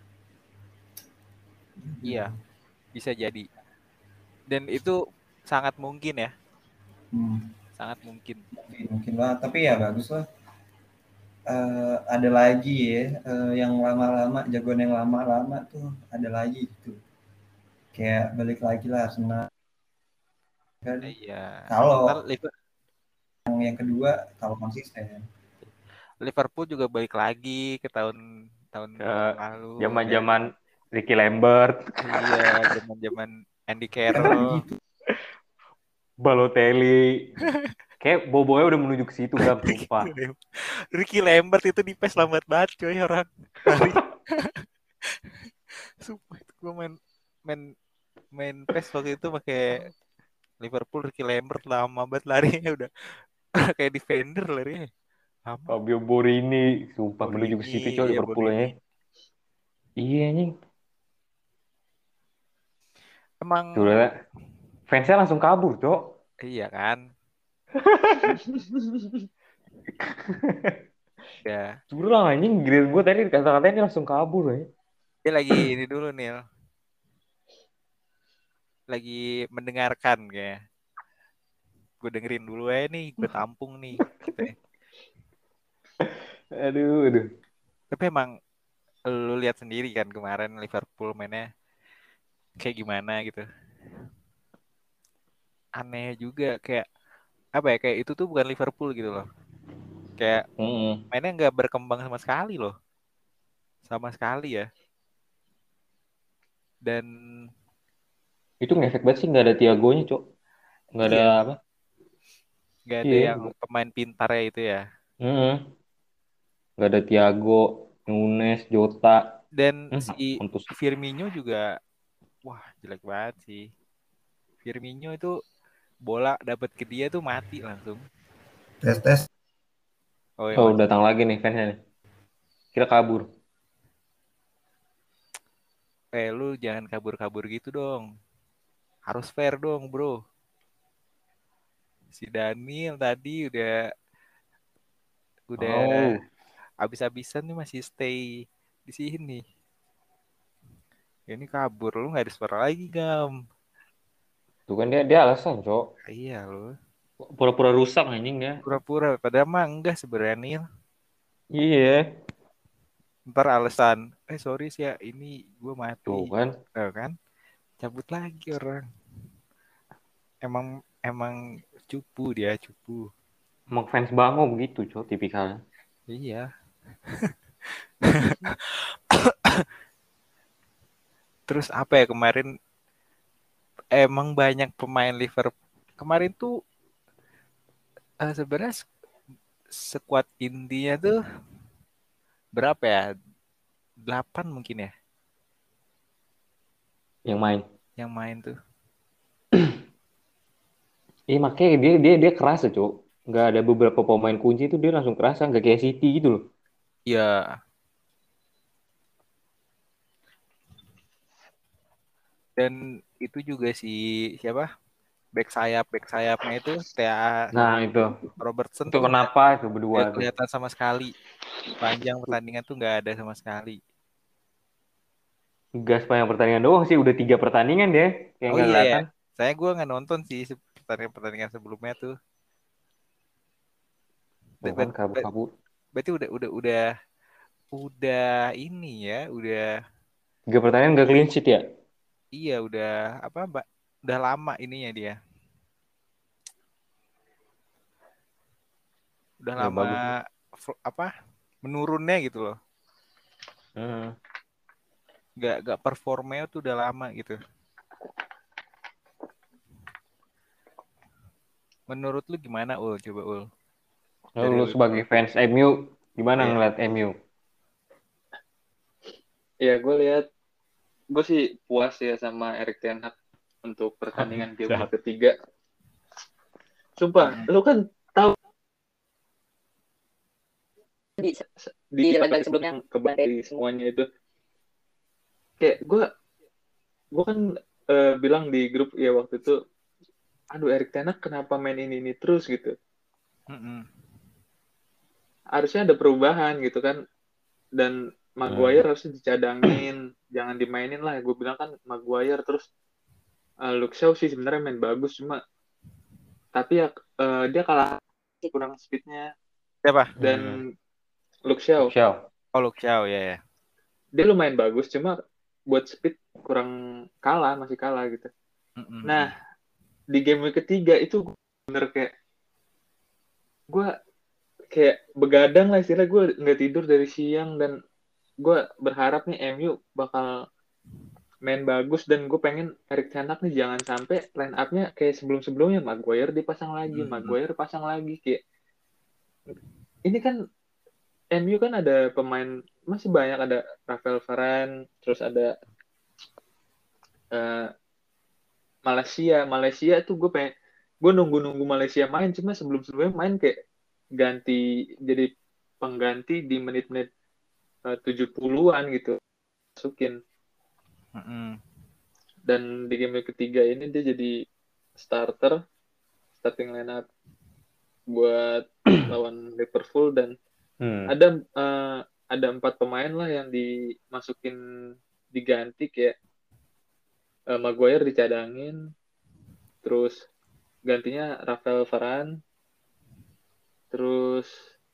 Iya, bisa jadi. Dan itu sangat mungkin ya. Hmm, Sangat mungkin. mungkin, mungkin lah, tapi ya bagus lah. Eh, ada lagi ya eh, yang lama-lama jagoan yang lama-lama tuh ada lagi gitu. Kayak balik lagi lah Arsenal. Kan Iya. kalau Ntar Liver- yang yang kedua kalau konsisten. Liverpool juga balik lagi ke tahun tahun Ke lalu. zaman-zaman Ricky Lambert, Iya, zaman-zaman Andy Emang Carroll. begitu. Balotelli. Kayak bobonya udah menuju ke situ Gam, sumpah. Ricky Lambert itu di pes lambat banget coy orang. Lari. Sumpah itu gue main main main pes waktu itu pakai Liverpool. Ricky Lambert lama banget larinya udah kayak defender larinya. Lama. Fabio Borini, sumpah menuju ke Borini, situ coy ya Liverpoolnya. Borini. Iya anjing. Emang Sudah fansnya langsung kabur, Cok. iya kan? Ya, Curang anjing, giliran gue tadi kata-katanya ini langsung kabur ya. dia lagi ini dulu nih. Lagi mendengarkan kayak. Gue dengerin dulu aja nih, gue tampung nih. Gitu ya. Aduh, aduh. Tapi emang lu lihat sendiri kan kemarin Liverpool mainnya kayak gimana gitu. Aneh juga kayak apa ya, kayak itu tuh bukan Liverpool gitu loh. Kayak Mm-mm. mainnya nggak berkembang sama sekali loh. Sama sekali ya. Dan Itu ngefek banget sih, nggak ada Tiagonya, Cok. Nggak ada iya, apa? nggak ada Iya. yang pemain pintarnya itu ya. Mm-mm. Nggak ada Tiago, Nunes, Jota. Dan Hmm, si mampus. Firmino juga, wah jelek banget sih. Firmino itu bola dapat ke dia tuh mati langsung. Tes tes. Oh ya Oh, mas, datang lagi nih fansnya nih. Kira kabur. eh lu jangan kabur-kabur gitu dong. Harus fair dong bro. Si Daniel tadi udah udah Oh, abis-abisan nih masih stay di sini. Ya, ini kabur lu nggak ada suara lagi gam. tuh kan dia dia alasan, Cok. Iya lu Pura-pura rusak anjing ya. pura-pura. Padahal mah enggak sebenarnya Nil. Iya. Ntar alasan, eh sorry sih ya ini gue mati. Tuh kan. Tahu kan? Cabut lagi orang. Emang emang cupu dia cupu. Emang fans Bango begitu, Cok, tipikalnya. Iya. Terus apa ya kemarin emang banyak pemain Liverpool kemarin tuh eh, sebenarnya skuad intinya tuh berapa ya? Delapan mungkin ya Yang main. yang main tuh. Iya, makanya dia dia dia kerasa, Cok. Nggak ada beberapa pemain kunci itu dia langsung kerasa, nggak kayak City gitu loh. Ya, dan itu juga si siapa? Back sayap, back sayapnya itu Thea Nah, itu. Robertson Itu tuh nggak kenapa itu berdua nggak tuh. kelihatan sama sekali. Panjang pertandingan tuh nggak ada sama sekali. Gas panjang pertandingan doang sih, udah tiga pertandingan dia. Kayak Oh nggak iya ya, kelihatan. saya gue nggak nonton sih se- pertandingan-pertandingan sebelumnya tuh. Tuh Ber- kan, ber- ber- kabur-kabur. Berarti udah udah udah udah ini ya, udah Tiga pertandingan nggak clean sheet ya? iya udah apa Mbak? Udah lama ininya dia. Udah Ya lama bagus. fl- apa? Menurunnya gitu loh. Hmm. Gak gak performnya tuh udah lama gitu. Menurut lu gimana Ul? Coba Ul. Lalu Dari lu lu dulu. sebagai fans M U, gimana Iya. ngeliat M U? Ya gue lihat, gue sih puas ya sama Erik ten Hag untuk pertandingan game week Jahat. ketiga. Sumpah, Mm-mm. lu kan tahu di di di laga laga sebelumnya kebak di semuanya itu. Kayak gue, gue kan eh, bilang di grup ya waktu itu, aduh Erik ten Hag kenapa main ini ini terus gitu. Mm-mm. Harusnya ada perubahan gitu kan. Dan Maguire harusnya dicadangin, jangan dimainin lah. Gue bilang kan Maguire terus uh, Luke Shaw sih sebenarnya main bagus cuma tapi ya eh, dia kalah kurang speednya Siapa? dan Luke Shaw Luxiao. Oh Luke Shaw ya ya. dia lumayan bagus cuma buat speed kurang kalah masih kalah gitu. Mm-mm. Nah di game week ketiga itu gua bener kayak gue kayak begadang lah istilah gue nggak tidur dari siang dan gue berharap nih M U bakal main bagus dan gue pengen Erik ten Hag nih jangan sampai line up-nya kayak sebelum-sebelumnya Maguire dipasang lagi, Mm-mm. Maguire pasang lagi kayak ini kan M U kan ada pemain masih banyak ada Rafael Varane terus ada uh, Malaysia Malaysia tuh gue pengen gue nunggu-nunggu Malaysia main cuma sebelum-sebelumnya main kayak ganti jadi pengganti di menit-menit uh, tujuh puluhan gitu masukin Mm-mm. dan di game ketiga ini dia jadi starter starting lineup buat lawan Liverpool dan Hmm. ada uh, ada empat pemain lah yang dimasukin diganti kayak uh, Maguire dicadangin terus gantinya Rafael Varane terus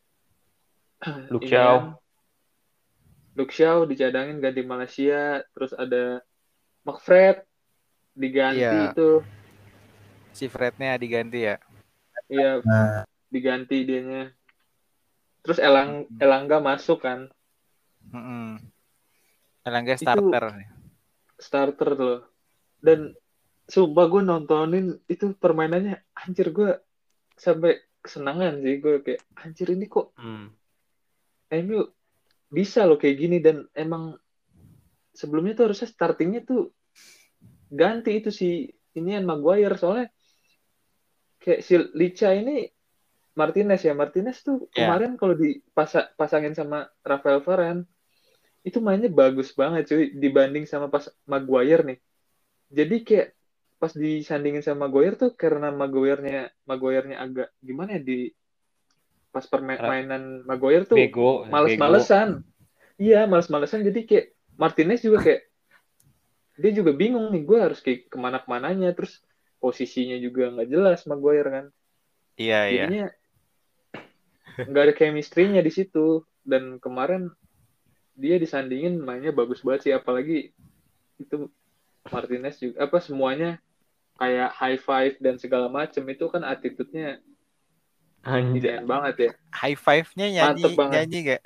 inian Luxiao. Luke Shaw dicadangin ganti Malaysia terus ada McFred diganti Iya. itu Si Frednya diganti ya. iya Nah, diganti dianya Terus Elang Elangga masuk kan. Mm-mm. Elangga starter. Itu starter loh. Dan sumpah gue nontonin itu permainannya, anjir gue sampai kesenangan sih, gue kayak anjir ini kok Hmm. M U bisa loh kayak gini. Dan emang sebelumnya tuh harusnya startingnya tuh ganti itu si inian Maguire, soalnya kayak si Licha ini Martinez ya Martinez tuh Ya. kemarin kalau dipasangin sama Rafael Varane itu mainnya bagus banget cuy dibanding sama pas Maguire nih. Jadi kayak pas disandingin sama Maguire tuh karena Maguire-nya Maguire-nya agak gimana ya di pas permainan Maguire tuh Bego, males-malesan. Iya, males-malesan. Jadi kayak Martinez juga kayak dia juga bingung nih, gue harus kayak kemana-kemananya, terus posisinya juga nggak jelas Maguire kan. Iya, iya. Jadinya nggak ada chemistry-nya di situ. Dan kemarin dia disandingin mainnya bagus banget sih, apalagi itu Martinez juga apa semuanya kayak high five dan segala macem, itu kan attitude-nya Anjay. inian banget ya. High five-nya nyanyi Mantep banget. nyanyi gak?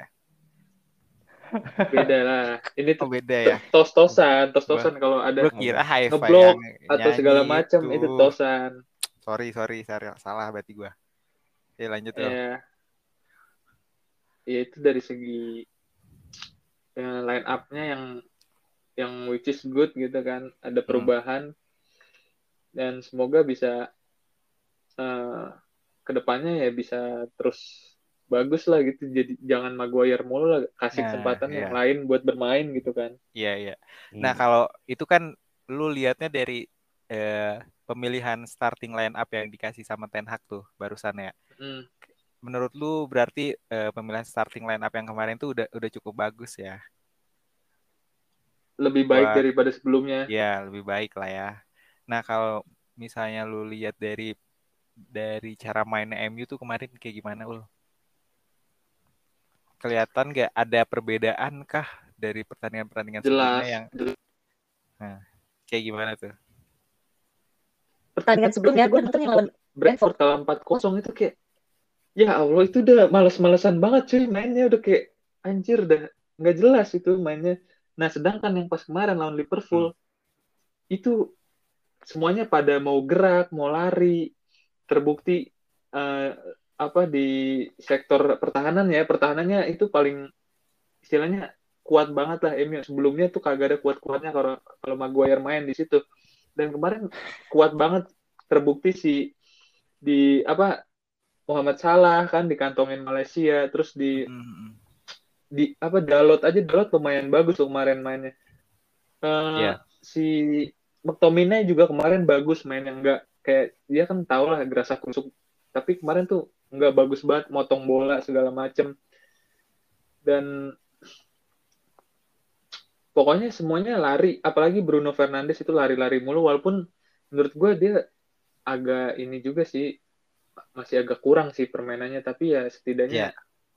Beda lah. Ini Oh tuh beda ya. tos-tosan, tos-tosan kalau ada Gue kira high five ngeblok yang atau segala nyanyi macam itu. itu tosan. Sorry, sorry, sorry, salah berarti gue. Oke, lanjut loh. Ya, ya itu dari segi ya, line up-nya yang yang which is good gitu kan, ada perubahan. Hmm. Dan semoga bisa uh, kedepannya ya bisa terus bagus lah gitu. Jadi jangan Maguire mulu lah, kasih nah, kesempatan iya. yang lain buat bermain gitu kan. Iya, iya. Nah, kalau itu kan lu lihatnya dari eh, pemilihan starting line up yang dikasih sama Ten Hag tuh barusan ya. Hmm. Menurut lu berarti eh, pemilihan starting line up yang kemarin tuh udah udah cukup bagus ya? Lebih baik buat, daripada sebelumnya. Iya, lebih baik lah ya. Nah, kalau misalnya lu lihat dari dari cara mainnya M U tuh kemarin kayak gimana ul? Kelihatan nggak ada perbedaan kah dari pertandingan-pertandingan sebelumnya yang nah, kayak gimana tuh? Pertandingan sebelumnya gue nonton yang lawan Brentford kalah empat kosong itu kayak ya Allah itu udah males-malesan banget cuy mainnya, udah kayak anjir dah nggak jelas itu mainnya. Nah sedangkan yang pas kemarin lawan Liverpool hmm. itu semuanya pada mau gerak, mau lari, terbukti uh, apa di sektor pertahanan ya, pertahanannya itu paling istilahnya kuat banget lah M U. Sebelumnya tuh kagak ada kuat-kuatnya kalau kalau Maguire main di situ. Dan kemarin kuat banget, terbukti si di apa Muhammad Salah kan dikantongin Malaysia, terus di mm-hmm. di apa Dalot aja Dalot lumayan bagus tuh kemarin mainnya. Uh, yeah. Si McTominay juga kemarin bagus mainnya, enggak kayak dia kan tau lah gerasa kusuk, tapi kemarin tuh enggak bagus banget, motong bola segala macem. Dan pokoknya semuanya lari, apalagi Bruno Fernandes itu lari-lari mulu, walaupun menurut gue dia agak ini juga sih, masih agak kurang sih permainannya, tapi ya setidaknya yeah.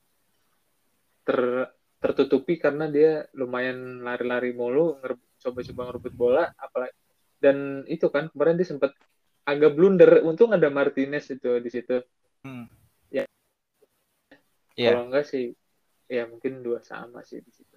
ter, tertutupi karena dia lumayan lari-lari mulu, coba-coba ngerebut bola, apalagi dan itu kan kemarin dia sempat agak blunder, untung ada Martinez itu di situ. Hmm. Ya. Yeah. Kalau enggak sih ya mungkin dua sama sih di situ.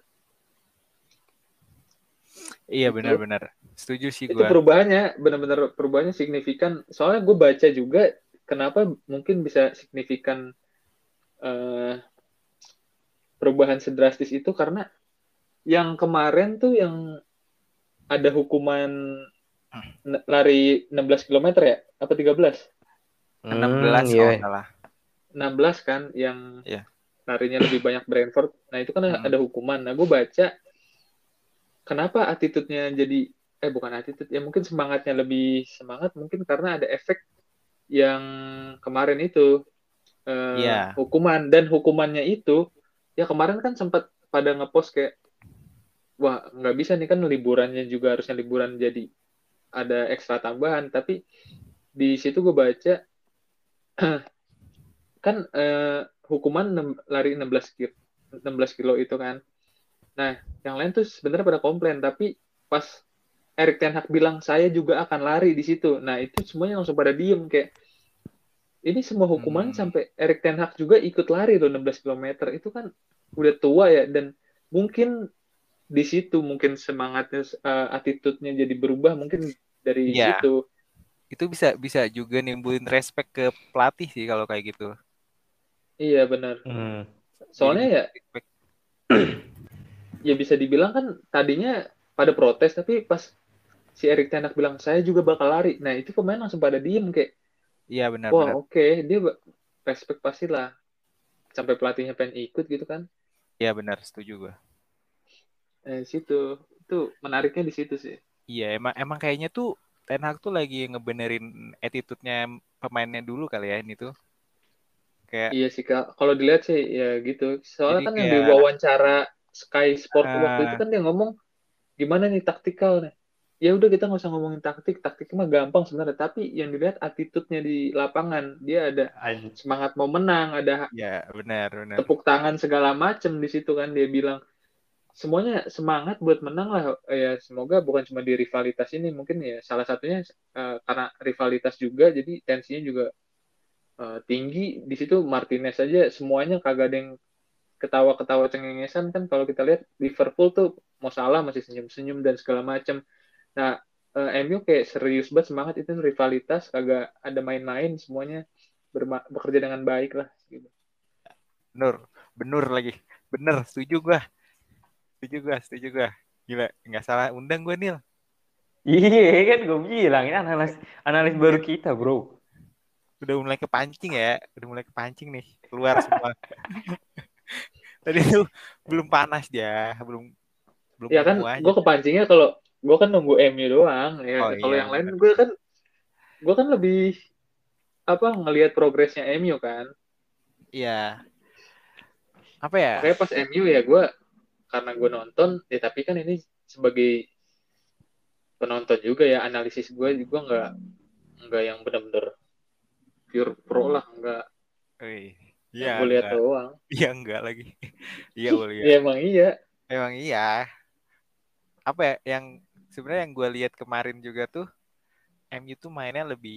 Iya benar-benar setuju sih gue. Itu perubahannya benar-benar perubahannya signifikan. Soalnya gue baca juga kenapa mungkin bisa signifikan uh, perubahan sedrastis itu karena yang kemarin tuh yang ada hukuman lari enam belas kilometer ya? Apa tiga belas? enam belas hmm, kalau yeah. salah. enam belas kan yang yeah. larinya lebih banyak Brentford. Nah itu kan hmm. ada hukuman. Nah gue baca kenapa attitude-nya jadi, eh bukan attitude, ya mungkin semangatnya lebih semangat, mungkin karena ada efek yang kemarin itu, eh, yeah. hukuman, dan hukumannya itu, ya kemarin kan sempat pada ngepost kayak, wah nggak bisa nih kan liburannya juga harusnya liburan jadi ada ekstra tambahan, tapi di situ gue baca, kan eh, hukuman lari enam belas kilo itu kan, nah, yang lain tuh sebenarnya pada komplain, tapi pas Erik ten Hag bilang saya juga akan lari di situ. Nah, itu semuanya langsung pada diem kayak ini semua hukuman Hmm. sampai Erik ten Hag juga ikut lari loh enam belas kilometer. Itu kan udah tua ya, dan mungkin di situ mungkin semangatnya, uh, attitude-nya jadi berubah mungkin dari Iya, situ. itu bisa bisa juga nimbulin respect ke pelatih sih kalau kayak gitu. Iya benar. Hmm. Jadi Soalnya bisa ya respect. ya bisa dibilang kan tadinya pada protes, tapi pas si Erik ten Hag bilang saya juga bakal lari. Nah, itu pemain langsung pada diem kayak, Iya wah benar-benar. oke, okay. Dia respect pastilah sampai pelatihnya pengen ikut gitu kan. Iya benar, setuju gua. Eh situ itu menariknya di situ sih. Iya, emang emang kayaknya tuh Ten Hag tuh lagi ngebenerin attitude-nya pemainnya dulu kali ya ini tuh. Kayak Iya sih Kak, kalau dilihat sih ya gitu. Soalnya jadi kan yang kayak diwawancara Sky Sport waktu itu uh, kan dia ngomong gimana nih taktikal nih. Ya udah kita nggak usah ngomongin taktik, taktik mah gampang sebenarnya. Tapi yang dilihat attitude-nya di lapangan, dia ada An- semangat mau menang, ada ya benar benar. tepuk tangan segala macem di situ kan. Dia bilang semuanya semangat buat menang lah. Ya semoga bukan cuma di rivalitas ini, mungkin ya salah satunya uh, karena rivalitas juga, jadi tensinya juga uh, tinggi di situ. Martinez aja semuanya kagak ada yang ketawa-ketawa cengengesan kan. Kalau kita lihat Liverpool tuh mau salah masih senyum-senyum dan segala macam. Nah, uh, M U kayak serius banget semangat, itu rivalitas kagak ada main-main, semuanya berma- bekerja dengan baik lah gitu. Benar, benar lagi. Bener, setuju gua. Setuju gua, setuju gua. Gila, nggak salah undang gua Nil. Iya kan gue bilang ini analis analis baru kita bro. Udah mulai kepancing ya, udah mulai kepancing nih, keluar semua. Tadi tuh belum panas dia, belum belum Ya nemu kan, aja. gue kepancingnya kalau gue kan nunggu M U doang ya. Oh Kalau iya yang lain benar. gue kan gue kan lebih apa ngelihat progresnya M U kan. Iya. Apa ya? Makanya pas M U ya gue, karena gue nonton ya, tapi kan ini sebagai penonton juga ya, analisis gue juga nggak nggak yang benar-benar pure pro lah, nggak Wih, iya yang gue lihat enggak. doang. Iya enggak lagi. Iya boleh ya. Ya emang iya. Emang iya. Apa ya yang sebenarnya yang gue lihat kemarin juga tuh M U tuh mainnya lebih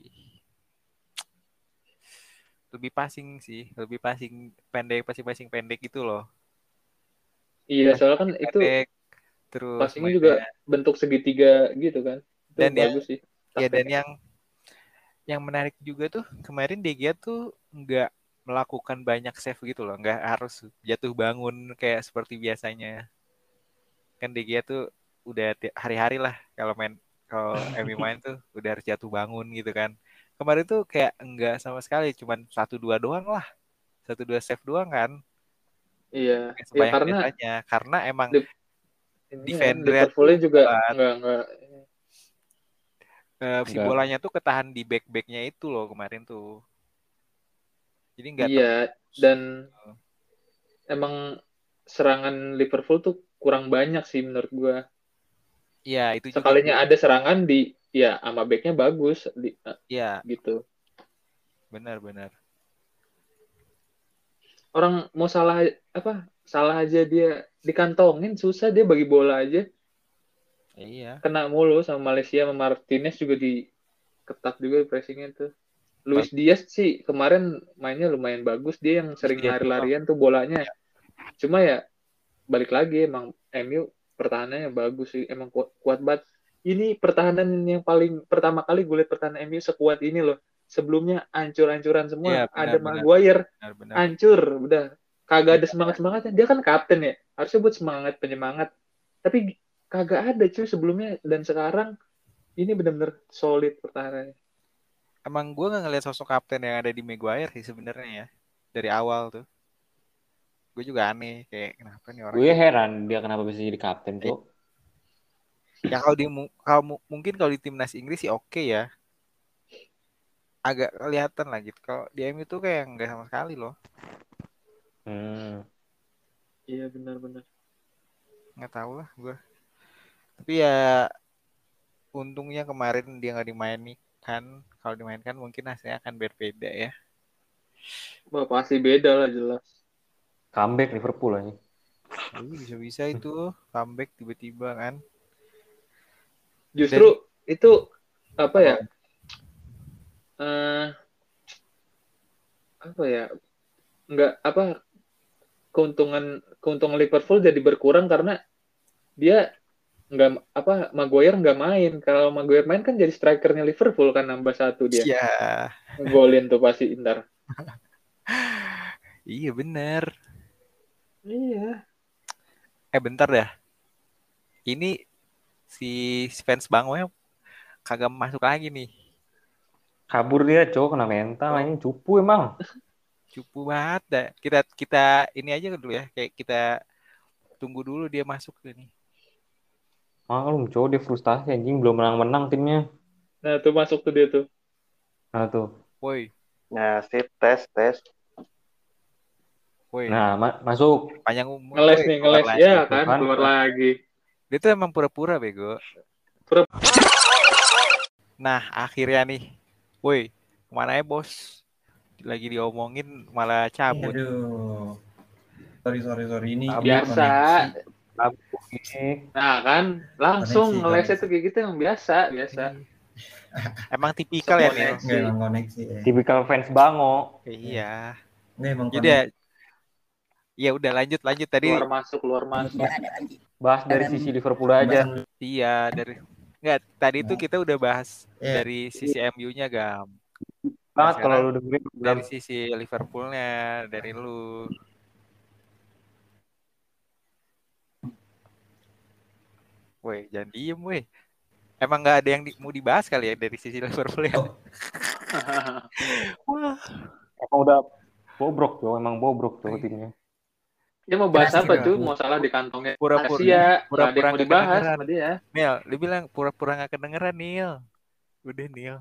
lebih passing sih, lebih passing pendek, passing-passing pendek gitu loh. Iya soalnya kan Passing itu pendek terus passingnya juga mainnya bentuk segitiga gitu kan. Itu dan yang bagus sih ya dan taktiknya. yang yang menarik juga tuh kemarin De Gea tuh nggak melakukan banyak save gitu loh, nggak harus jatuh bangun kayak seperti biasanya. Kan De Gea tuh udah ti- hari-hari lah kalau main kalau M U main tuh udah harus jatuh bangun gitu kan. Kemarin tuh kayak enggak sama sekali, cuman satu dua doang lah, satu dua save doang kan, Iya, kayak ya sebanyak karena biasanya. Karena emang di, ini kan defendernya tuh Liverpoolnya juga kuat, nggak nggak eh, si Enggak. bolanya tuh ketahan di back-backnya itu loh kemarin tuh. Jadi nggak iya, tembus. dan emang serangan Liverpool tuh kurang banyak sih menurut gua. Iya itu juga tuh. Sekalinya ada serangan di, ya sama backnya bagus di, eh, Iya gitu. benar-benar. Orang mau salah apa salah aja dia dikantongin susah, dia bagi bola aja Iya. kena mulu sama Malaysia. Sama Martinez juga di ketat juga pressingnya tuh. Kalau Luis Diaz sih kemarin mainnya lumayan bagus, dia yang sering dia tuh, lari-larian tuh bolanya. ya, Cuma ya balik lagi emang M U pertahanannya bagus sih, emang kuat, kuat banget. Ini pertahanan yang paling pertama kali gue lihat pertahanan M U sekuat ini loh. Sebelumnya ancur-ancuran iya semua. Ada benar-benar Maguire, benar-benar. hancur, udah kagak ada Iya, semangat semangatnya. Dia kan kapten ya, harusnya buat semangat penyemangat. Tapi kagak ada cuy sebelumnya, dan sekarang ini benar-benar solid pertahanannya. emang gue nggak ngeliat sosok kapten yang ada di Maguire sih sebenarnya ya dari awal tuh. Gue juga aneh kayak kenapa nih orang Gue jadi. heran dia kenapa bisa jadi kapten, Eh, Cok. ya kalau di mu- kalau mu- mungkin kalau di timnas Inggris sih oke ya, agak kelihatan lah gitu. Kalau di M U tuh kayak nggak sama sekali loh. Hmm. Iya benar-benar. Nggak tahu lah gue. Tapi ya untungnya kemarin dia nggak dimainkan. Kalau dimainkan mungkin hasilnya akan berbeda ya. Wah pasti beda lah jelas. Comeback Liverpool aja. Jadi bisa-bisa itu comeback tiba-tiba kan. Dan Justru itu apa apa ya? eh apa ya? Nggak apa keuntungan keuntungan Liverpool jadi berkurang karena dia nggak apa Maguire nggak main. Kalau Maguire main kan jadi strikernya Liverpool kan nambah satu dia. Iya. Ngegolin tuh pasti ntar. Iya bener. Iya. Eh bentar dah. Ini si fans Bangwell kagak masuk lagi nih. Kabur dia, cowok kena mental, ini cupu emang. Cupu banget dah. Kita kita ini aja dulu ya, kayak kita tunggu dulu dia masuk nih. Maklum cowok dia frustasi anjing belum menang-menang timnya. Nah tuh masuk tuh dia tuh. Nah tuh. Woi, Nah, sip, tes, tes. woi. Nah, ma- masuk. Panjang umur. Ngeles woi, nih, keluar ngeles. lagi. Ya Tuh kan, kan. keluar lagi. Dia tuh emang pura-pura bego. Pura- Nah, akhirnya nih. Woi, kemana ya bos? Lagi diomongin malah cabut. Aduh. Sorry, sorry, sorry. Ini ini Biasa. koneksi. Nah kan, langsung Koneksi, ngeles koneksi. itu kayak gitu yang biasa, biasa. Emang tipikal ya nih. Koneksi. Nggak emang koneksi ya. Tipikal fans Bango. Iya. Nggak emang Jadi ya, koneksi. ya udah lanjut lanjut tadi. Keluar masuk, keluar masuk. Bahas dari sisi Liverpool aja. Iya dari Enggak, tadi itu kita udah bahas Iya. dari sisi M U-nya, Gam. Banget Nah, kalau sekarang lu dengerin. dari sisi Liverpool-nya, dari lu. Woi, jangan diem, woi. Emang nggak ada yang di- mau dibahas kali ya dari sisi Liverpool ya? Oh. Wah, Emang udah bobrok tuh, emang bobrok tuh timnya. Dia mau bahas Keras apa juga. tuh? Mau salah di kantongnya Pura-pura- Asia. Nggak ada yang pura-pura mau dibahas kedengeran. sama dia. Nil, dia bilang pura-pura nggak kedengeran, Nil. Udah, Nil.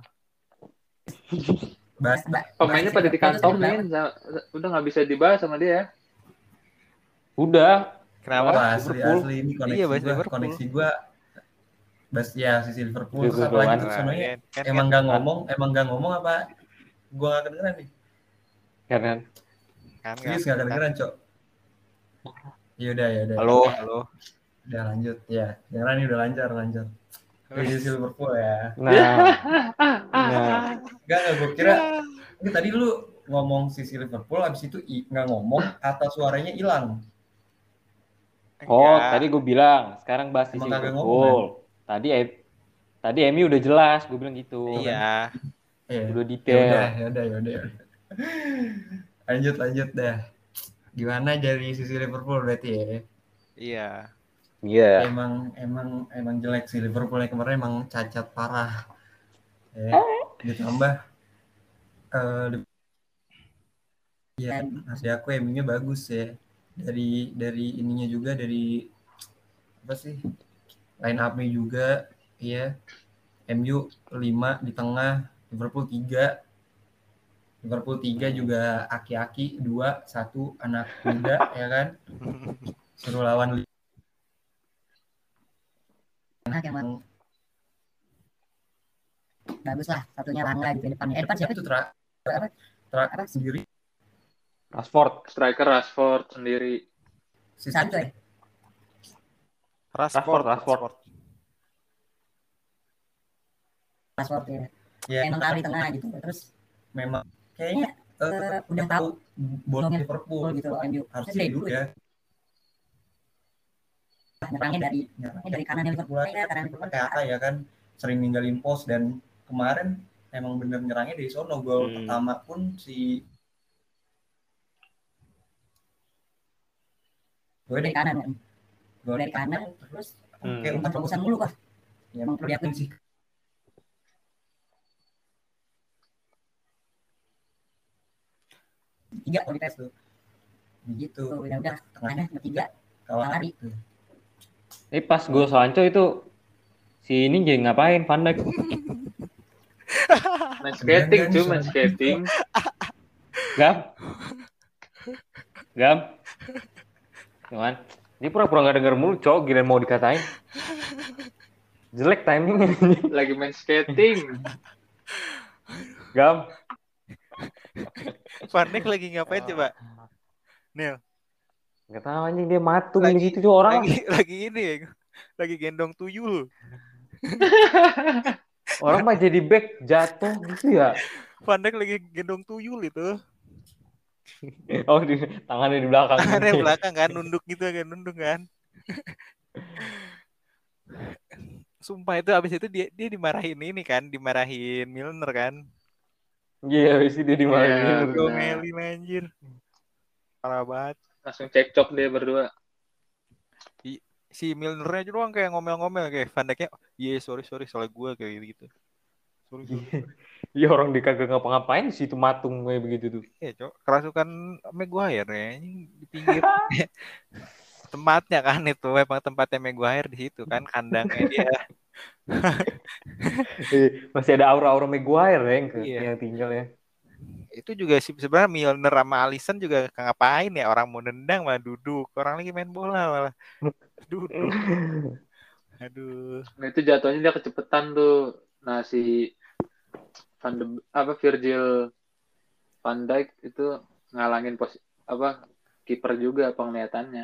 Bahas, Pemainnya pada dikantongin. Udah nggak bisa dibahas sama dia. Udah. Kenapa? Wah, asli Liverpool. asli ini koneksi Iya, bahas gua, Liverpool. koneksi gua bahas ya sisi Liverpool. Terus Liverpool apa lagi kan. tuh sononya? Kan, kan, Emang kan. nggak ngomong, emang nggak ngomong apa? Gua nggak kedengeran nih. Karena Kan, Serius kan, nggak kan. kedengeran, Cok. Yaudah, yaudah. Halo, halo. Udah lanjut ya. Jangan ini udah lancar, lancar. Jadi sisi Liverpool ya. nah, nah, Enggak, enggak gua kira ini tadi lu ngomong sisi Liverpool habis itu i- nggak ngomong atau suaranya hilang. oh Enggak. tadi gue bilang, sekarang bahas sisi Emang kagak Liverpool. Tadi tadi M U udah jelas, gue bilang gitu. Iya. Iya. Udah Ya detail. udah, ya udah, ya udah. Lanjut, lanjut dah. Gimana dari sisi Liverpool berarti ya? Iya. Iya. Emang emang emang jelek sih Liverpool yang kemarin emang cacat parah. Ya, ditambah eh ya masih aku M U-nya bagus ya. Dari dari ininya juga dari apa sih? Line up-nya juga ya. M U lima di tengah, Liverpool tiga. Liverpool tiga juga aki-aki, dua, satu anak muda ya kan. Suruh lawan emang bagus lah satunya Rangga di depan eh depan siapa itu tuh tra apa tra sendiri Rashford. Striker Rashford sendiri. satu ya Rashford, Rashford. password ya ya emang tahu di tengah gitu terus memang kayaknya eh, udah tahu bola Bolongnya Liverpool gitu M U harusnya harusnya dari dulu ya nyerangnya dari nyerangnya dari kanan Liverpool ya kanan Liverpool kayak apa ya kan sering ninggalin pos dan kemarin emang bener nyerangnya dari sono gol Hmm. pertama pun si gue dari deh kanan kan gol dari kanan terus Hmm. kayak umpan terobosan dulu kah ya, emang perlu diakui sih tiga kalau di tes tuh gitu tuh udah udah tengahnya bertiga kalau lari. itu Eh pas gol Sancho itu si ini jadi ngapain Van Dijk? Main skating Kan, cuy, so- main skating. Gam? Gam? Cuman dia pura-pura nggak denger mulu, cowok gila mau dikatain. Jelek timingnya. Lagi main skating. Gam? Van Dijk lagi ngapain coba? Nil. Nggak tahu anjing dia matung Lagi- di situ tuh orang. Lagi lagi ini ya. Lagi gendong tuyul. Orang mah jadi back jatuh gitu ya. Van Dijk lagi gendong tuyul itu. Oh, di, tangannya di belakang. Tangannya gini. belakang kan, nunduk gitu kan, nunduk kan. Sumpah itu abis itu dia dia dimarahin ini kan, dimarahin Milner kan. Iya, habis itu dia Iya, dimarahin. benar. Diomelin anjir. Parah banget. Langsung cekcok dia berdua. I- si Milnernya aja doang kayak ngomel-ngomel kayak Van Dijk-nya, iya sorry sorry salah gue kayak gitu. Sorry sorry. sorry. Iya, orang dia kagak ngapa-ngapain di situ matung kayak begitu tuh. Iya cok, kerasukan Maguire ya ini di pinggir. Tempatnya kan itu memang tempatnya Maguire di situ kan, kandangnya dia. Iya, masih ada aura-aura Maguire ya yang, ke, Iya. yang tinggal ya. Itu juga sih sebenarnya Milner sama Alisson juga ngapain ya, orang mau nendang malah duduk, orang lagi main bola malah duduk. Aduh. Nah itu jatuhnya dia kecepetan tuh. Nah si Van de, apa Virgil van Dijk itu ngalangin pos apa kiper juga penglihatannya.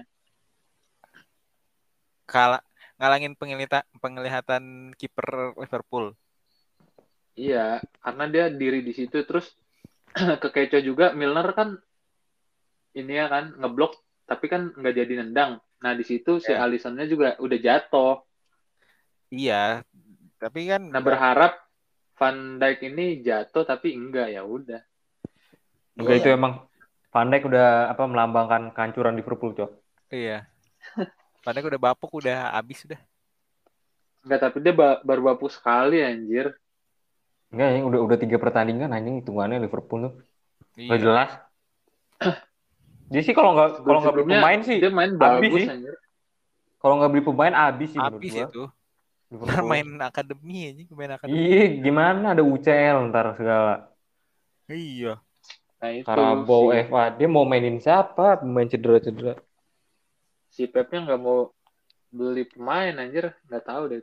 Kalah ngalangin penglihatan penglihatan kiper Liverpool. Iya, karena dia diri di situ terus kekecoh juga Milner kan ini ya kan ngeblok tapi kan nggak jadi nendang. Nah di situ si Ya. Alisson-nya juga udah jatuh. Iya, tapi kan Nah berharap Van Dijk ini jatuh tapi enggak, ya udah. Enggak, Iya. itu emang Van Dijk udah apa melambangkan kehancuran Liverpool, Cok. Iya. Padahal udah bapuk, udah habis udah. Enggak, tapi dia ba- baru bapuk sekali anjir. Enggak, ya, udah udah tiga pertandingan anjing hitungannya Liverpool tuh. Nggak Iya. jelas. Dia sih kalau nggak kalau nggak beli Sebelum-sebelumnya pemain sih dia main habis bagus sih. anjir. Kalau nggak beli pemain habis sih menurut Habis gua. itu. Liverpool. Main akademi aja, main akademi. Iya, gimana ada U C L ntar segala. Iya. Nah itu Carabao si, F A, dia mau mainin siapa? Pemain cedera-cedera. si Pepnya nggak mau beli pemain anjir, nggak tahu deh.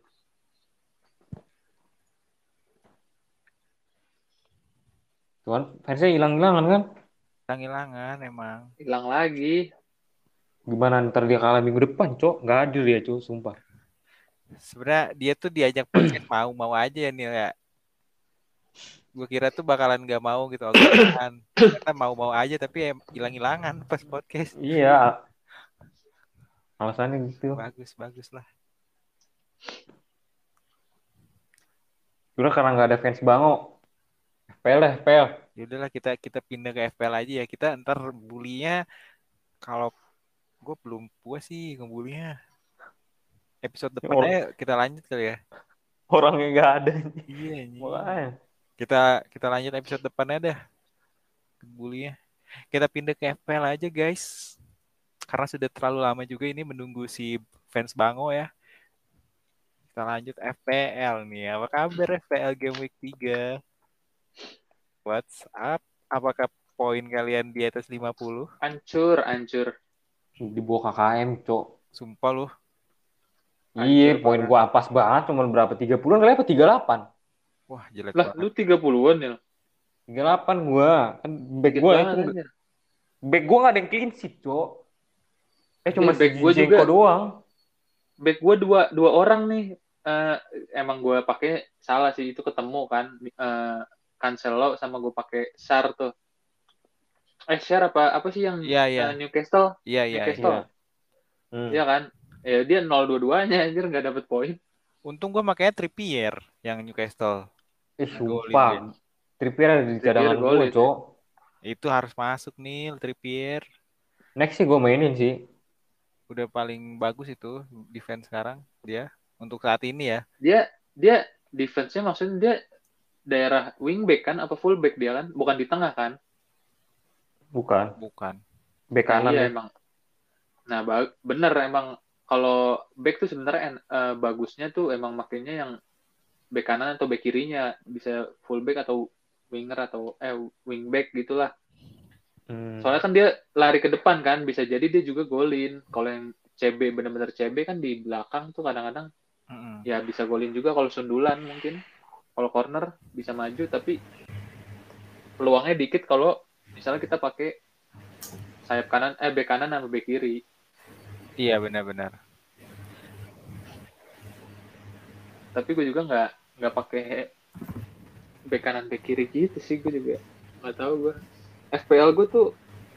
Cuman fansnya hilang-hilangan kan? Hilang-hilangan emang. Hilang lagi. Gimana ntar dia kalah minggu depan, Cok? Nggak adil ya, Cok, sumpah. Sebenarnya dia tuh diajak podcast mau-mau aja ya nih ya. Gue kira tuh bakalan gak mau gitu, ogah-ogahan. Ternyata mau-mau aja tapi ya hilang-hilangan pas podcast. Iya. Alasannya gitu. Bagus, bagus lah. Udah karena nggak ada fans Bango. F P L lah, F P L. Yaudahlah kita kita pindah ke F P L aja ya. Kita ntar bulinya, kalau gue belum puas sih ngebulinya. Episode depannya kita lanjut kali ya. Orangnya nggak ada. Iya nih. Makanya. Kita kita lanjut episode depannya dah. Bulinya. Kita pindah ke F P L aja guys. Karena sudah terlalu lama juga ini menunggu si fans Bango ya. Kita lanjut F P L nih. Apa kabar F P L Game Week tiga? What's up? Apakah poin kalian di atas lima puluh? Hancur, hancur. Di bawah K K M, Cok. Sumpah loh. Iya, Hancur poin parah. gua apes banget, cuma berapa? tiga puluhan kali apa? tiga puluh delapan. Wah, jelek Lah, banget. lu tiga puluhan ya? tiga puluh delapan gua. Kan back Dikit gua banget, itu anjir. back gua enggak ada yang clean sheet, Cok. Eh cuma Iya, back si gua Zinchenko juga. doang. Back gue dua dua orang nih. Eh, emang gue pakai salah sih, itu ketemu kan. Eh, Cancelo sama gue pakai Sar tuh. Eh Sar apa apa sih yang Iya, iya. eh, Newcastle? Iya, iya. Newcastle. Iya. Hmm. Iya kan? Ya dia nol dua-duanya anjir, nggak dapet poin. Untung gue makanya Trippier yang Newcastle. Eh Golin dia. sumpah. Trippier ada di Trippier cadangan gua, golin, Cok. Itu harus masuk nih Trippier. Next sih gua mainin sih. Udah paling bagus itu defense sekarang dia untuk saat ini ya. Dia dia defense-nya maksudnya dia daerah wingback kan apa fullback dia kan? Bukan di tengah kan? Bukan. Bukan. Back Nah, kanan iya ya. emang. Nah, ba- bener emang kalau back tuh sebenarnya eh, bagusnya tuh emang makainya yang back kanan atau back kirinya, bisa fullback atau winger atau eh wingback gitulah. Hmm. Soalnya kan dia lari ke depan kan, bisa jadi dia juga golin. Kalau yang C B bener-bener C B kan di belakang tuh kadang-kadang Mm-mm. ya bisa golin juga kalau sundulan mungkin. Kalau corner bisa maju tapi peluangnya dikit kalau misalnya kita pakai sayap kanan eh back kanan sama back kiri. Iya benar-benar. Tapi gue juga nggak nggak pakai back kanan back kiri gitu sih, gue juga nggak tahu gue. F P L gue tuh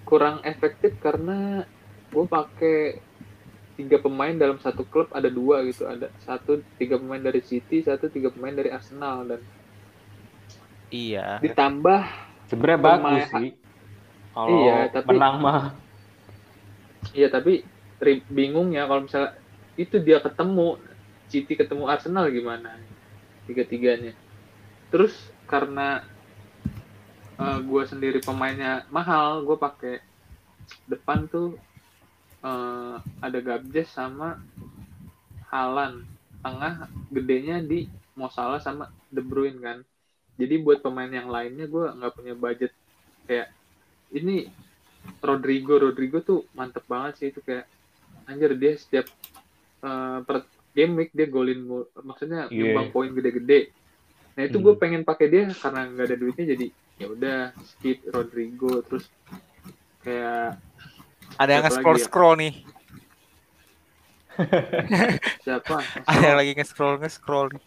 kurang efektif karena gue pakai tiga pemain dalam satu klub, ada dua gitu, ada satu tiga pemain dari City, satu tiga pemain dari Arsenal, dan Iya. ditambah Sebenarnya Pemain- bagus sih. Kalau Iya, tapi- menang mah. iya tapi ri- bingungnya kalau misalnya itu dia ketemu City ketemu Arsenal gimana tiga-tiganya. Terus karena gue sendiri pemainnya mahal, gue pakai depan tuh eh, ada Gabjes sama Haaland, tengah gedenya di Mo Salah sama De Bruyne kan. Jadi buat pemain yang lainnya gue nggak punya budget kayak ini. Rodrigo Rodrigo tuh mantep banget sih, itu kayak anjir dia setiap uh, per game week dia golin, maksudnya Iya. nyumbang poin gede-gede. Nah itu Hmm. gue pengen pakai dia karena nggak ada duitnya, jadi ya udah skip Rodrigo. Terus kayak Ada yang Siapa nge-scroll lagi ya? scroll nih. siapa Ada yang lagi nge-scroll nge-scroll nih.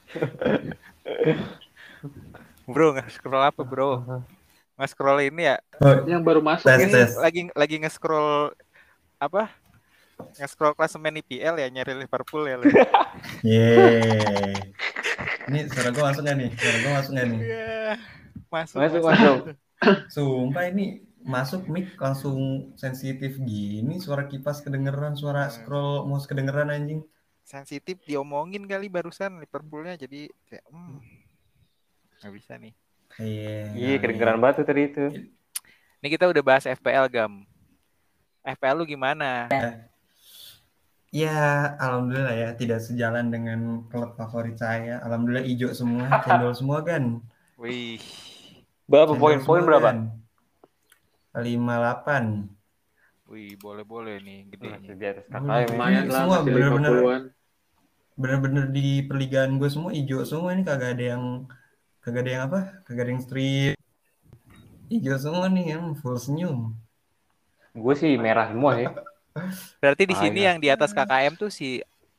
Bro, nge-scroll apa, Bro? Nge-scroll ini ya. yang baru masuk Tes, ini Ini tes. lagi lagi nge-scroll apa? Nge-scroll klasemen I P L ya, nyari Liverpool ya. lu. Yeay. Ini suara gue masuk nggak nih? Suara gue masuk nggak nih? Iya. Masuk, Masuk, masuk. masuk. Sumpah ini masuk mic langsung sensitif gini, suara kipas kedengeran, suara scroll mouse kedengeran anjing. Sensitif diomongin kali barusan Liverpoolnya, jadi kayak hmm, nggak bisa nih. Iya. Iya, kedengeran banget tuh tadi itu. Ini kita udah bahas F P L, Gam. F P L lu gimana? Ya, alhamdulillah ya, tidak sejalan dengan klub favorit saya. Alhamdulillah hijau semua, cendol semua kan. Wih. Berapa Cendol poin-poin semua berapa? kan. lima puluh delapan. Wih, boleh-boleh nih Masih gedenya. di atas kakak Boleh. ya. lumayan Ini lah, semua masih bener-bener- lima puluhan. Bener-bener di perligaan gue semua hijau semua, ini kagak ada yang kagak ada yang apa? Kagak ada yang strip. Hijau semua nih, yang full senyum. Gue sih merah semua sih. Berarti di sini Makanya. yang di atas K K M tuh si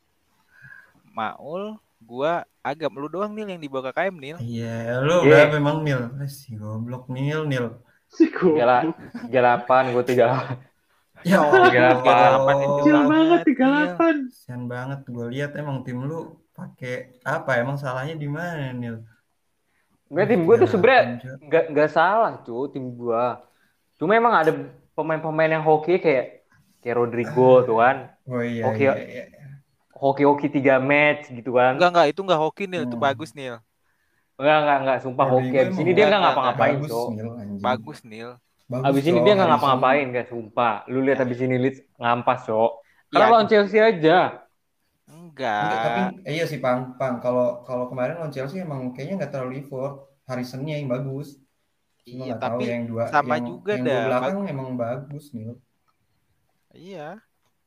Maul, gua Agam, lu doang nih yang di bawah K K M nih. Iya, lu Iya. berapa emang Nil? Eh, si goblok Nil, Nil. Si Tiga lah, goblok. tiga delapan, gue tiga. Ya tiga Allah. delapan itu Kecil banget tiga puluh delapan. Kasian banget, gue lihat emang tim lu pakai apa? Emang salahnya di mana, Nil? Enggak, tim gue tuh sebenernya Anjir. nggak nggak salah tuh tim gue. Cuma emang ada pemain-pemain yang hoki kayak kayak Rodrigo tuh kan. Oh iya, Oke. iya, iya. Hoki-hoki tiga match gitu kan. Enggak, enggak, itu enggak hoki Nil, itu Hmm. bagus Nil. Enggak, enggak, enggak, sumpah Rodrigo hoki. Abis emang ini dia nggak enggak, ngapa-ngapain, Bagus, Cok. Nil, anjing. Bagus Nil. Bagus, Abis ini Cok. dia nggak Harrison. ngapa-ngapain, guys, sumpah. Lu lihat abis ini Leeds ngampas, Cok. Karena Iya. lawan Chelsea aja. Enggak. Enggak, tapi eh, iya sih, Pang. Pang, kalau kalau kemarin lawan Chelsea emang kayaknya nggak terlalu effort. Harrison-nya yang bagus. Cuma Iya, nggak tahu tapi yang dua sama yang, juga yang dah. dua belakang emang bagus, Nil. Iya.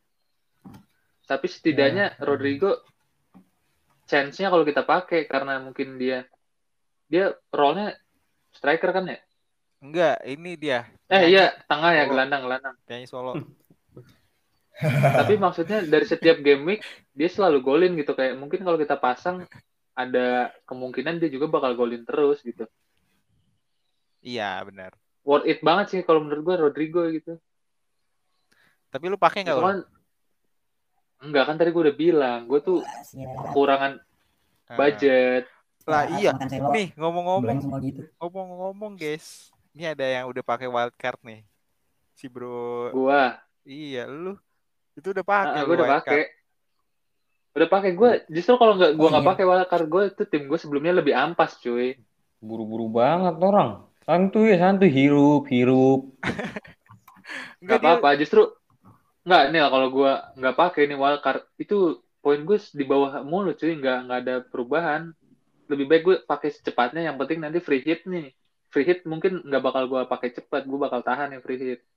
Tapi setidaknya Ya. Rodrigo chance-nya kalau kita pakai karena mungkin dia dia role-nya striker kan ya? Enggak, ini dia. Eh iya, tengah ya, Solo. gelandang-gelandang. Kayaknya Solo. Tapi maksudnya dari setiap game week dia selalu golin gitu, kayak mungkin kalau kita pasang ada kemungkinan dia juga bakal golin terus gitu. Iya, benar. Worth it banget sih kalau menurut gua Rodrigo gitu. Tapi lu pakai enggak, Itu Ul? kan enggak, kan tadi gua udah bilang, gua tuh kekurangan Ah. budget. Lah iya. Cancelo. Nih, ngomong-ngomong, Belum semua gitu. ngomong-ngomong, guys. Ini ada yang udah pakai wildcard nih. Si Bro. Gua, Iya, lu. Itu udah pakai ah, lu gua udah wildcard. pakai. Udah pakai gua. Justru kalau nggak gua Oh, nggak iya. pakai wildcard, gua itu tim gua sebelumnya lebih ampas, cuy. Buru-buru banget orang. Santuy ya, santuy. Hirup, hirup. Nggak Enggak dia apa-apa, justru nggak nih kalau gua nggak pakai ini wildcard itu poin gue di bawah mulu, cuy. Nggak nggak ada perubahan. Lebih baik gue pakai secepatnya. Yang penting nanti free hit nih. Free hit mungkin nggak bakal gua pakai cepat, gua bakal tahan yang free hit.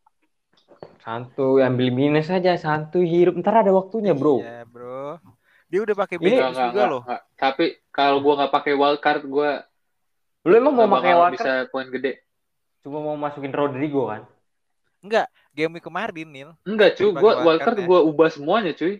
Santuy, ambil minus aja. Santuy, hirup. Ntar ada waktunya, bro. Iya, Bro. Dia udah pakai Ini- bench Nggak, boost nggak, juga nggak, loh. nggak. Tapi kalau gua nggak pakai wildcard, gua Lu emang mau nggak pakai bakal wildcard? bisa poin gede. Cuma mau masukin Rodrigo kan? Enggak, game week kemarin, Nil. Enggak, cuy. Pakai Gua wildcard wildcard ya. gua ubah semuanya, cuy.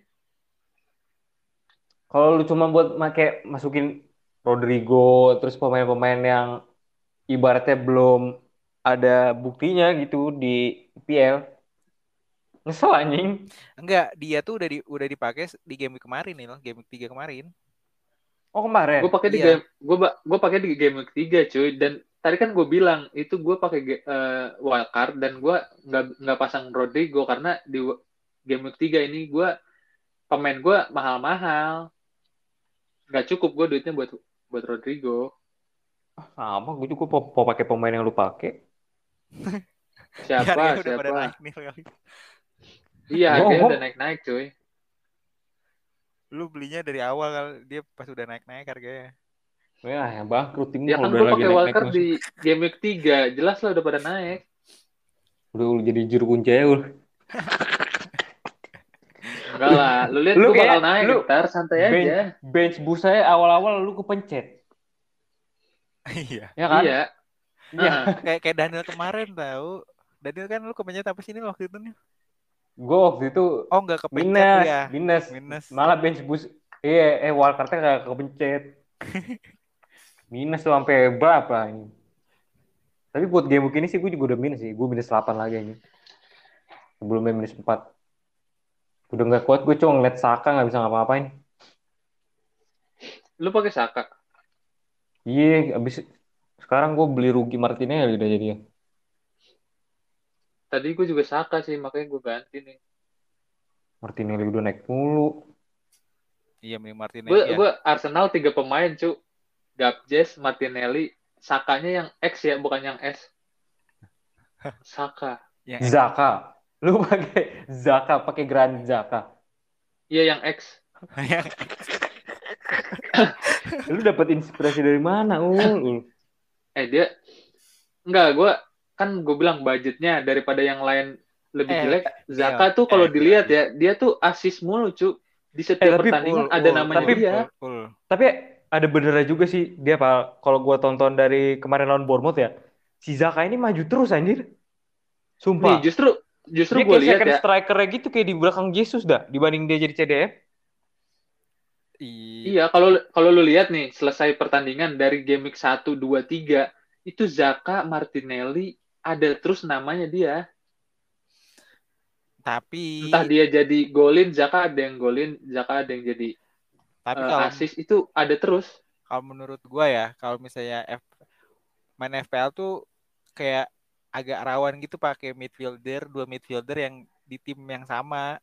Kalau lu cuma buat make masukin Rodrigo, terus pemain-pemain yang ibaratnya belum ada buktinya gitu di I P L. Nyesel anjing. Enggak, dia tuh udah di udah dipakai di game week kemarin nih loh, game week tiga kemarin. Oh kemarin. Gue pakai di Iya. game gue gue pakai di game week tiga cuy, dan tadi kan gue bilang itu gue pakai uh, wildcard dan gue nggak nggak pasang Rodrigo karena di game week tiga ini gue pemain gue mahal-mahal, nggak cukup gue duitnya buat buat Rodrigo. Sama, gue juga mau, mau pakai pemain yang lu pakai. Siapa? Ya, udah siapa? pada naik nih kali. Iya, Gua- harganya gua- udah naik-naik cuy. Lu belinya dari awal kali, dia pas udah naik-naik harganya. Ya, yang bangkrut tim Ya kalau kan udah gue lagi pakai naik-naik wildcard masuk. di game week tiga, jelas lah udah pada naik. Udah udah jadi juru kunci aja udah. Enggak lah, lu lihat Lu gue bakal kayak- naik lu ntar, santai bench, aja. bench boost saya awal-awal lu kepencet. Iya. Ya kan? Iya. Iya. Heeh. Kayak kayak Daniel kemarin tahu. Daniel kan lu kepencet apa sih ini waktu itu nih? Gue waktu itu Oh, enggak kepencet minus, ya. minus, Minus. malah bench boost. Iya, eh wildcardnya gak kepencet. Minus tuh sampai berapa ini. Tapi buat game week ini sih gue juga udah minus sih. Gue minus delapan lagi ini. Sebelumnya minus empat. Udah gak kuat gue cuma ngeliat Saka gak bisa ngapa-ngapain. Lu pakai Saka. Iya, abis sekarang gue beli rugi Martinelli udah jadinya. Tadi gue juga Saka sih, makanya gue ganti nih. Martinelli udah naik mulu. Iya, mending Martinelli Gue ya. gue Arsenal tiga pemain cu. Gabjes, Martinelli, Sakanya yang X ya, bukan yang S. Saka. Yang Zaka. Lu pakai Zaka, pakai Granit Zaka. Iya yang X. Lu dapat inspirasi dari mana, Ul? Eh dia enggak, gue kan gue bilang budgetnya daripada yang lain lebih Eh, jelek. Gil, Zaka tuh kalau eh, dilihat ya, dia tuh asis mulu cu. Di setiap Eh, tapi pertandingan Ul, ada Ul, namanya tapi- dia. Ul, Ul. Tapi ada benernya juga sih dia Pak. Kalau gua tonton dari kemarin lawan Bournemouth ya, si Zaka ini maju terus anjir. Sumpah. Nih justru justru dia gue kayak lihat second ya. striker-nya gitu kayak di belakang Jesus dah dibanding dia jadi C D M. I- Iya, kalau kalau lu lihat nih selesai pertandingan dari game week satu, dua, tiga, itu Zaka, Martinelli ada terus namanya dia. Tapi Entah dia jadi golin, Zaka ada yang golin, Zaka ada yang jadi tapi uh, kalau assist, itu ada terus. kalau menurut gua ya, kalau misalnya F, main F P L tuh kayak agak rawan gitu pakai midfielder, dua midfielder yang di tim yang sama.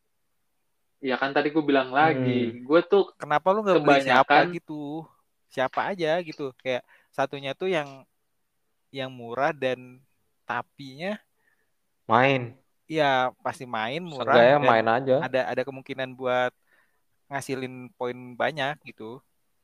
Ya kan tadi gue bilang lagi, Hmm. gue tuh Kenapa lu nggak beli siapa Kebanyakan- gitu? Siapa aja gitu. Kayak satunya tuh yang yang murah dan tapinya Main. ya pasti main murah Seenggaknya dan main aja. ada ada kemungkinan buat ngasilin poin banyak gitu.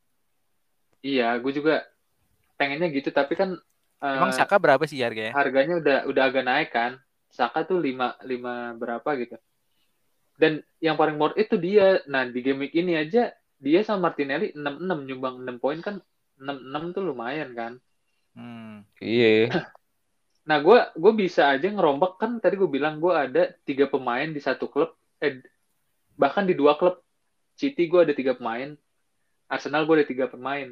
iya, gue juga pengennya gitu, tapi kan uh, Emang Saka berapa sih harganya? harganya udah udah agak naik kan. Saka tuh lima lima berapa gitu. Dan yang paling worth itu dia. Nah, di game week ini aja dia sama Martinelli enam enam nyumbang enam poin kan. enam enam tuh lumayan kan. Hmm. Iya. Nah, gue gue bisa aja ngerombak kan, tadi gue bilang gue ada tiga pemain di satu klub, eh bahkan di dua klub. City gue ada tiga pemain, Arsenal gue ada tiga pemain.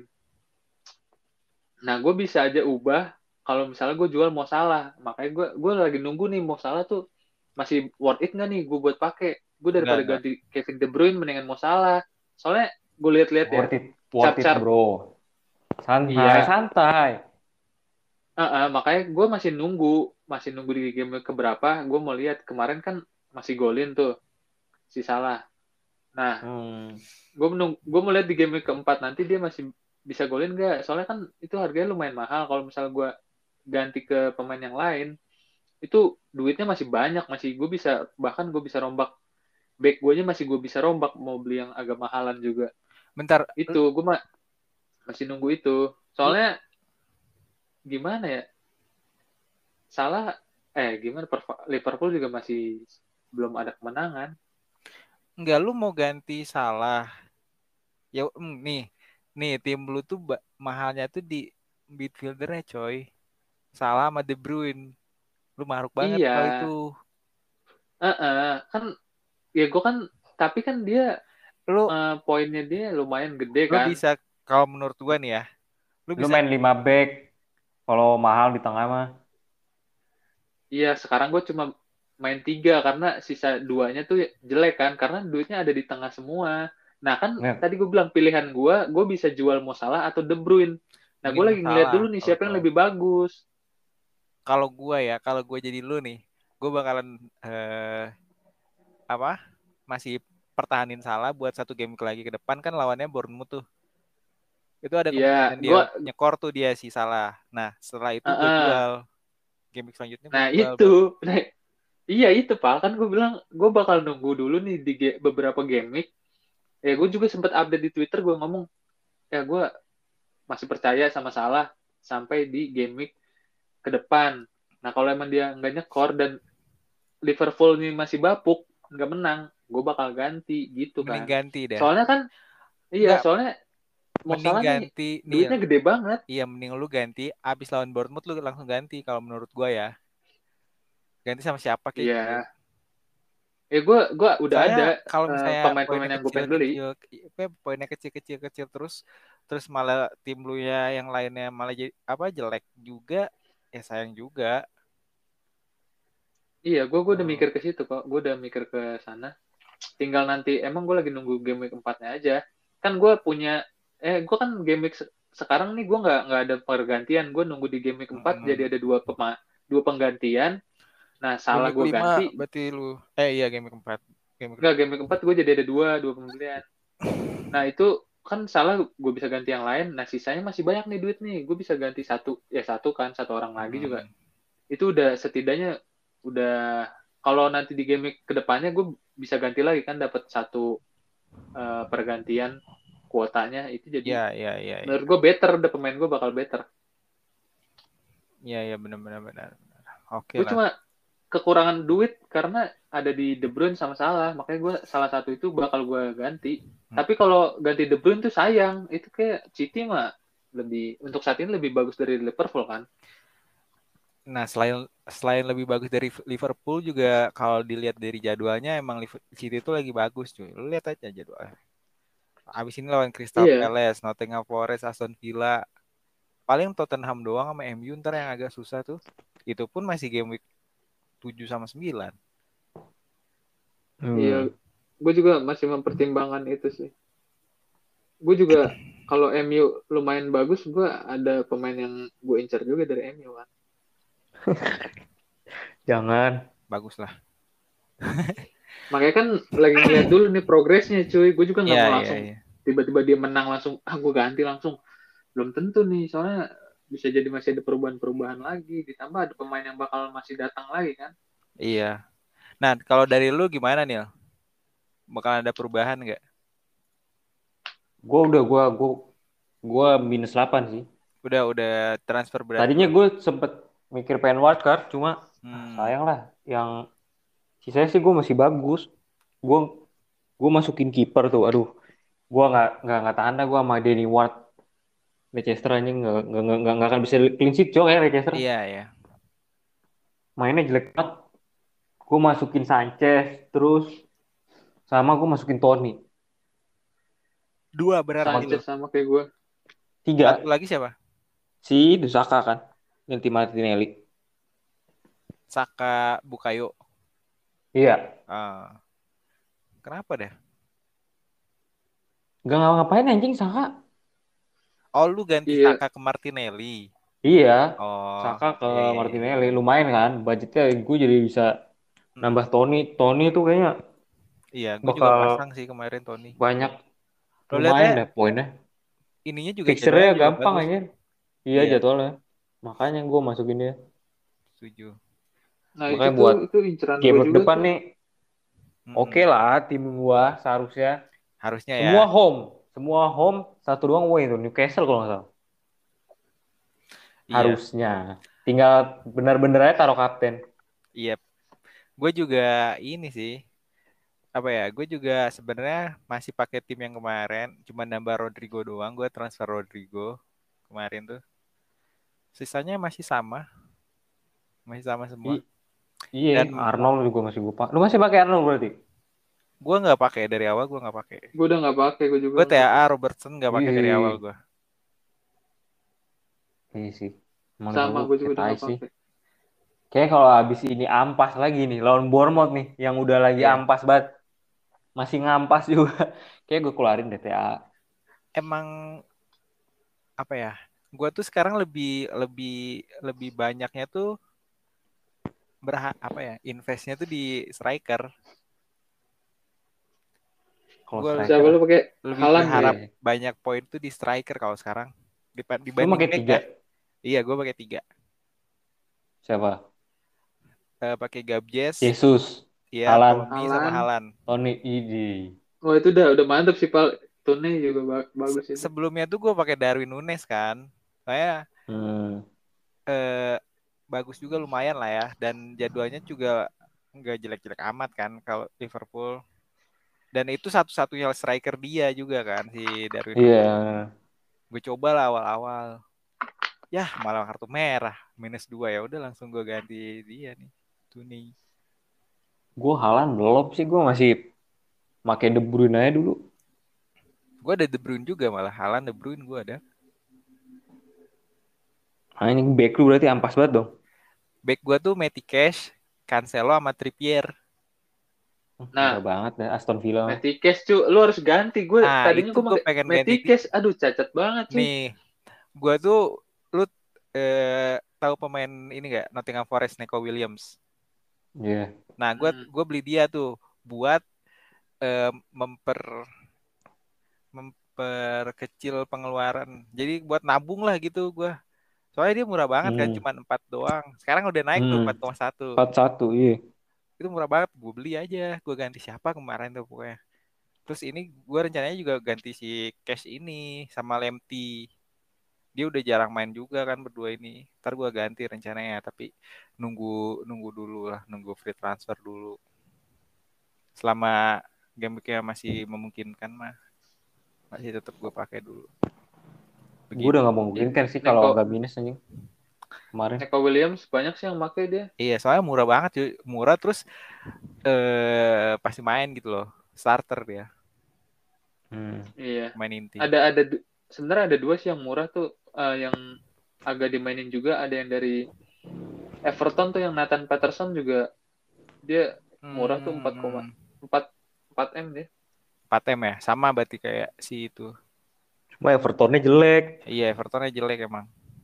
Nah, gue bisa aja ubah kalau misalnya gue jual Mo Salah. Makanya gue gue lagi nunggu nih Mo Salah tuh masih worth it nggak nih gue buat pakai. Gue daripada Enggak, ganti Kevin De Bruyne mendingan Mo Salah. Soalnya gue lihat-lihat ya. Worth it, worth it Cap-cap. bro. Santai, Iya. santai. Uh, uh, makanya gue masih nunggu, masih nunggu di game keberapa. Gue mau lihat kemarin kan masih golin tuh si Salah. Nah, Hmm. gue menung- gue mau lihat di game keempat nanti dia masih bisa golin nggak? Soalnya kan itu harganya lumayan mahal. Kalau misalnya gue ganti ke pemain yang lain, itu duitnya masih banyak, masih gue bisa, bahkan gue bisa rombak back gue nya, masih gue bisa rombak mau beli yang agak mahalan juga. Bentar, Itu gue ma- masih nunggu itu. Soalnya gimana ya? Salah, eh gimana? Perf- Liverpool juga masih belum ada kemenangan. enggak lu mau ganti Salah. Ya mm, nih. Nih tim lu tuh ba- mahalnya tuh di midfieldernya coy. Salah sama De Bruyne. Lu maruk banget Iya. kalau itu. Eh, kan ya gue kan, tapi kan dia Lu eh, poinnya dia lumayan gede lu kan. bisa kalau menurut gua nih ya. Lu Lu bisa main lima back. Kalau mahal di tengah mah. Iya, sekarang gue cuma main tiga karena sisa duanya tuh jelek kan, karena duitnya ada di tengah semua. Nah kan Nah, tadi gue bilang pilihan gue, gue bisa jual Mo Salah atau De Bruyne. Nah gue Mending lagi ngeliat salah dulu nih kalau siapa yang gua. lebih bagus. Kalau gua ya, kalau gua jadi lu nih, gua bakalan eh, apa? Masih pertahanin salah buat satu game lagi ke depan kan lawannya Bournemouth tuh. Itu ada Iya, kemungkinan dia gue, nyekor tuh dia si salah. Nah, setelah itu gue jual. Game selanjutnya gue nah jual itu, baru. nah, iya itu Pak, kan gue bilang gue bakal nunggu dulu nih di ge- beberapa game week. Ya gue juga sempat update di Twitter, gue ngomong, ya gue masih percaya sama Salah sampai di game week ke depan. Nah kalau emang dia nggak nyekor dan Liverpool ini masih bapuk, nggak menang, gue bakal ganti gitu Mending kan. ganti dah. Soalnya kan, iya, Enggak, soalnya mau mending salah nih ganti nih. duitnya gede banget. Iya, mending lu ganti abis lawan Bournemouth lu langsung ganti kalau menurut gua ya. Ganti sama siapa kayak gitu. Iya, ya gue gua udah Soalnya ada kalau uh, misalnya pemain-pemain poinnya yang gue pengen beli. kecil-kecil, apa poinnya kecil-kecil kecil terus terus malah tim lu ya yang lainnya malah jadi apa jelek juga, ya sayang juga. Iya, gue gue udah Oh. mikir ke situ kok, gue udah mikir ke sana. Tinggal nanti, emang gue lagi nunggu game week empatnya aja. Kan gue punya, eh gue kan game week se- sekarang nih gue nggak nggak ada pergantian. Gue nunggu di game week empat jadi Mm-mm. ada dua pema, dua penggantian. Nah Game salah week gue lima ganti, berarti lu. Eh iya game week empat. Game week nggak game week empat gue jadi ada dua dua pembelian. Nah itu kan salah gue bisa ganti yang lain. Nah sisanya masih banyak nih duit nih. Gue bisa ganti satu, ya satu kan satu orang lagi juga. Hmm. Itu udah setidaknya udah, kalau nanti di game week kedepannya gue bisa ganti lagi kan dapat satu uh, pergantian kuotanya itu, jadi Ya, ya, ya, ya. menurut gue better, udah pemain gue bakal better. Ya, ya benar-benar benar. Oke Gue lah. cuma kekurangan duit karena ada di De Bruyne sama Salah, makanya gue salah satu itu bakal gue ganti. Hmm. Tapi kalau ganti De Bruyne tuh sayang, itu kayak City mah lebih, untuk saat ini lebih bagus dari Liverpool kan. Nah, selain selain lebih bagus dari Liverpool juga kalau dilihat dari jadwalnya emang Liv- City itu lagi bagus cuy. Lu lihat aja jadwalnya. Abis ini lawan Crystal Iya, Palace, Nottingham Forest, Aston Villa. Paling Tottenham doang sama M U ntar yang agak susah tuh. Itu pun masih game week tujuh sama sembilan. iya, hmm. gue juga masih mempertimbangkan itu sih. Gue juga kalau M U lumayan bagus, gue ada pemain yang gue incar juga dari M U kan. Jangan. Bagus lah. Makanya kan lagi ngeliat dulu nih progresnya cuy. Gue juga nggak Iya, mau iya, langsung iya. tiba-tiba dia menang langsung, ah gue ganti langsung. Belum tentu nih, soalnya bisa jadi masih ada perubahan-perubahan lagi. Ditambah ada pemain yang bakal masih datang lagi kan. Iya. Nah, kalau dari lu gimana nih? Bakal ada perubahan nggak? Gue udah gue gue gue minus delapan sih. Udah udah transfer berarti Tadinya lu. gue sempet mikir pengen wildcard, cuma ah, Hmm. sayang lah. Yang sisanya sih gue masih bagus. Gue gue masukin kiper tuh, aduh. Gue nggak nggak nggak tahan dah gue sama Danny Ward. Leicester aja nggak nggak nggak nggak nggak akan bisa clean sheet cowok ya Leicester. Iya, ya. Mainnya jelek banget. Gue masukin Sanchez, terus sama gue masukin Tony. Dua berarti lu. Sanchez sama kayak gue. Tiga, Satu lagi siapa? si Dusaka kan, ganti Martinelli. Saka Bukayo. Iya, Ah. Kenapa dah? nggak ngapa-ngapain anjing Saka. Oh, lu ganti Iya, Saka ke Martinelli. Iya, Oh, Saka ke iya, iya, iya. Martinelli lumayan kan, budgetnya gue jadi bisa nambah Mm-mm. Tony. Tony tuh kayaknya Iya, gue juga bakal pasang sih kemarin Tony. banyak, Lo lumayan lihatnya deh poinnya. ininya juga Fixernya jadwalnya juga gampang bagus. aja. Iya Iya, jadwalnya, makanya gue masukin dia. setuju. nah itu Makanya tuh buat itu inceran game gue week juga depan tuh. nih, Mm-mm. oke lah tim gua seharusnya Harusnya ya. semua home, semua home satu doang away itu Newcastle kalau nggak salah. Iya, Harusnya, tinggal benar-benar aja taruh kapten. iya. Gue juga ini sih. Apa ya? Gue juga sebenarnya masih pakai tim yang kemarin, cuma nambah Rodrigo doang. Gue transfer Rodrigo kemarin tuh. Sisanya masih sama, masih sama semua. I- iya, Dan Arnold juga masih gue pakai. Lu masih pakai Arnold berarti? gue nggak pakai dari awal, gue nggak pakai. Gue udah nggak pakai, gue juga Gue nggak. T A A Robertson nggak pakai dari awal Ih, gue. iya sih. Emang Sama dulu gue juga kayak udah tai nggak sih. pakai. Kayak kalau habis ini ampas lagi nih lawan Bournemouth nih yang udah lagi Iya. ampas banget. Masih ngampas juga. Kayak gue keluarin D T A. Emang apa ya? Gua tuh sekarang lebih lebih lebih banyaknya tuh berha apa ya? Investnya tuh di striker. Kalau Gue Siapa striker, lu pakai lebih Haaland ya? berharap iya. banyak poin tuh di striker kalau sekarang Dipa- Lu dibanding pakai back tiga. ya. Iya, gue pakai tiga. Siapa? Eh, pakai Gabjes, Jesus, iya, Haaland, Tony sama Haaland. Halan. Tony Idi. Oh itu udah udah mantep sih Pal. Tune juga ba- bagus itu. Sebelumnya tuh gue pakai Darwin Nunes kan. Saya Hmm. eh, bagus juga lumayan lah ya. Dan jadwalnya juga nggak jelek-jelek amat kan kalau Liverpool. Dan itu satu-satunya striker dia juga kan si Darwin Iya. Nunes. Gue coba lah awal-awal. Ya malah kartu merah minus dua ya udah langsung gue ganti dia nih. Tuni. Gue Haaland belum sih. Gue masih pakai De Bruyne aja dulu. Gue ada De Bruyne juga malah Haaland De Bruyne gue ada. Nah, ini back lu berarti ampas banget dong. Back gue tuh Matty Cash, Cancelo sama Trippier. Susah Nah, banget deh Aston Villa. Metikes cu, lu harus ganti. Gue Nah tadinya itu gue gue pakai pengen ganti di- Metikes. Aduh cacat banget cuy. nih. Gue tuh lu eh, tahu pemain ini nggak Nottingham Forest Neco Williams. Iya. Nah gue Hmm. gue beli dia tuh buat eh, memper memperkecil pengeluaran. Jadi buat nabung lah gitu gue. Soalnya dia murah banget kan, Hmm. cuma empat doang. Sekarang udah naik tuh Hmm. empat koma satu. empat satu, iya. Itu murah banget, gue beli aja. Gue ganti siapa kemarin tuh pokoknya. Terus ini gue rencananya juga ganti si Cash ini sama Lemty. Dia udah jarang main juga kan berdua ini. Ntar gue ganti rencananya, tapi nunggu nunggu dulu lah, nunggu free transfer dulu. Selama game weeknya masih memungkinkan mah, masih tetap gue pakai dulu. Gue udah Begitu. gak mungkin kan sih Neko, kalau nggak minus anjing. Kemarin. Neko Williams banyak sih yang pakai dia. Iya, soalnya murah banget, cuy. Murah terus eh pasti main gitu loh. Starter dia, Hmm. Iya. main inti. Ada ada du- sebenarnya ada dua sih yang murah tuh, eh, yang agak dimainin juga. Ada yang dari Everton tuh yang Nathan Patterson juga dia murah tuh empat koma empat empat M deh. empat M ya, sama berarti kayak si itu. Cuma Evertonnya jelek. Iya, Evertonnya jelek emang.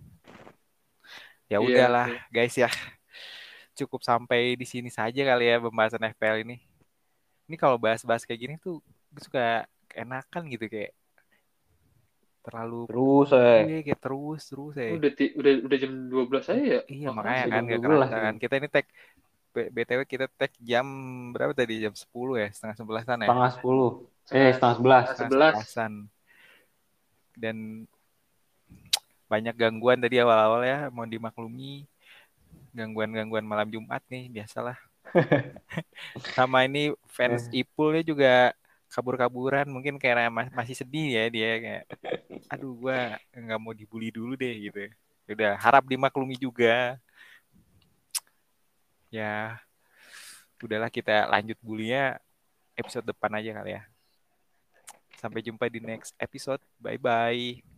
Ya Iya udahlah, sih. guys ya. Cukup sampai di sini saja kali ya pembahasan F P L ini. Ini kalau bahas-bahas kayak gini tuh gue suka keenakan gitu kayak terlalu Terus eh. iya kayak terus terus ya. Udah ti- udah udah jam dua belas aja ya. Iya Makan makanya sih. kan jam gak dua belas kerasa kan. ini. Kita ini tag B- BTW kita tag jam berapa tadi? Jam sepuluh ya, setengah sebelasan ya. Setengah sepuluh. Eh, Setengah- setengah sebelas. setengah Setengah sebelas. sebelasan. Dan banyak gangguan tadi awal-awal ya, mau dimaklumi. Gangguan-gangguan malam Jumat nih, biasalah. Sama ini fans Eh. Ipulnya juga kabur-kaburan, mungkin karena ma- masih sedih ya dia kayak, aduh gua nggak mau dibully dulu deh gitu. Udah harap dimaklumi juga. Ya, udahlah kita lanjut bullynya episode depan aja kali ya. Sampai jumpa di next episode. Bye bye.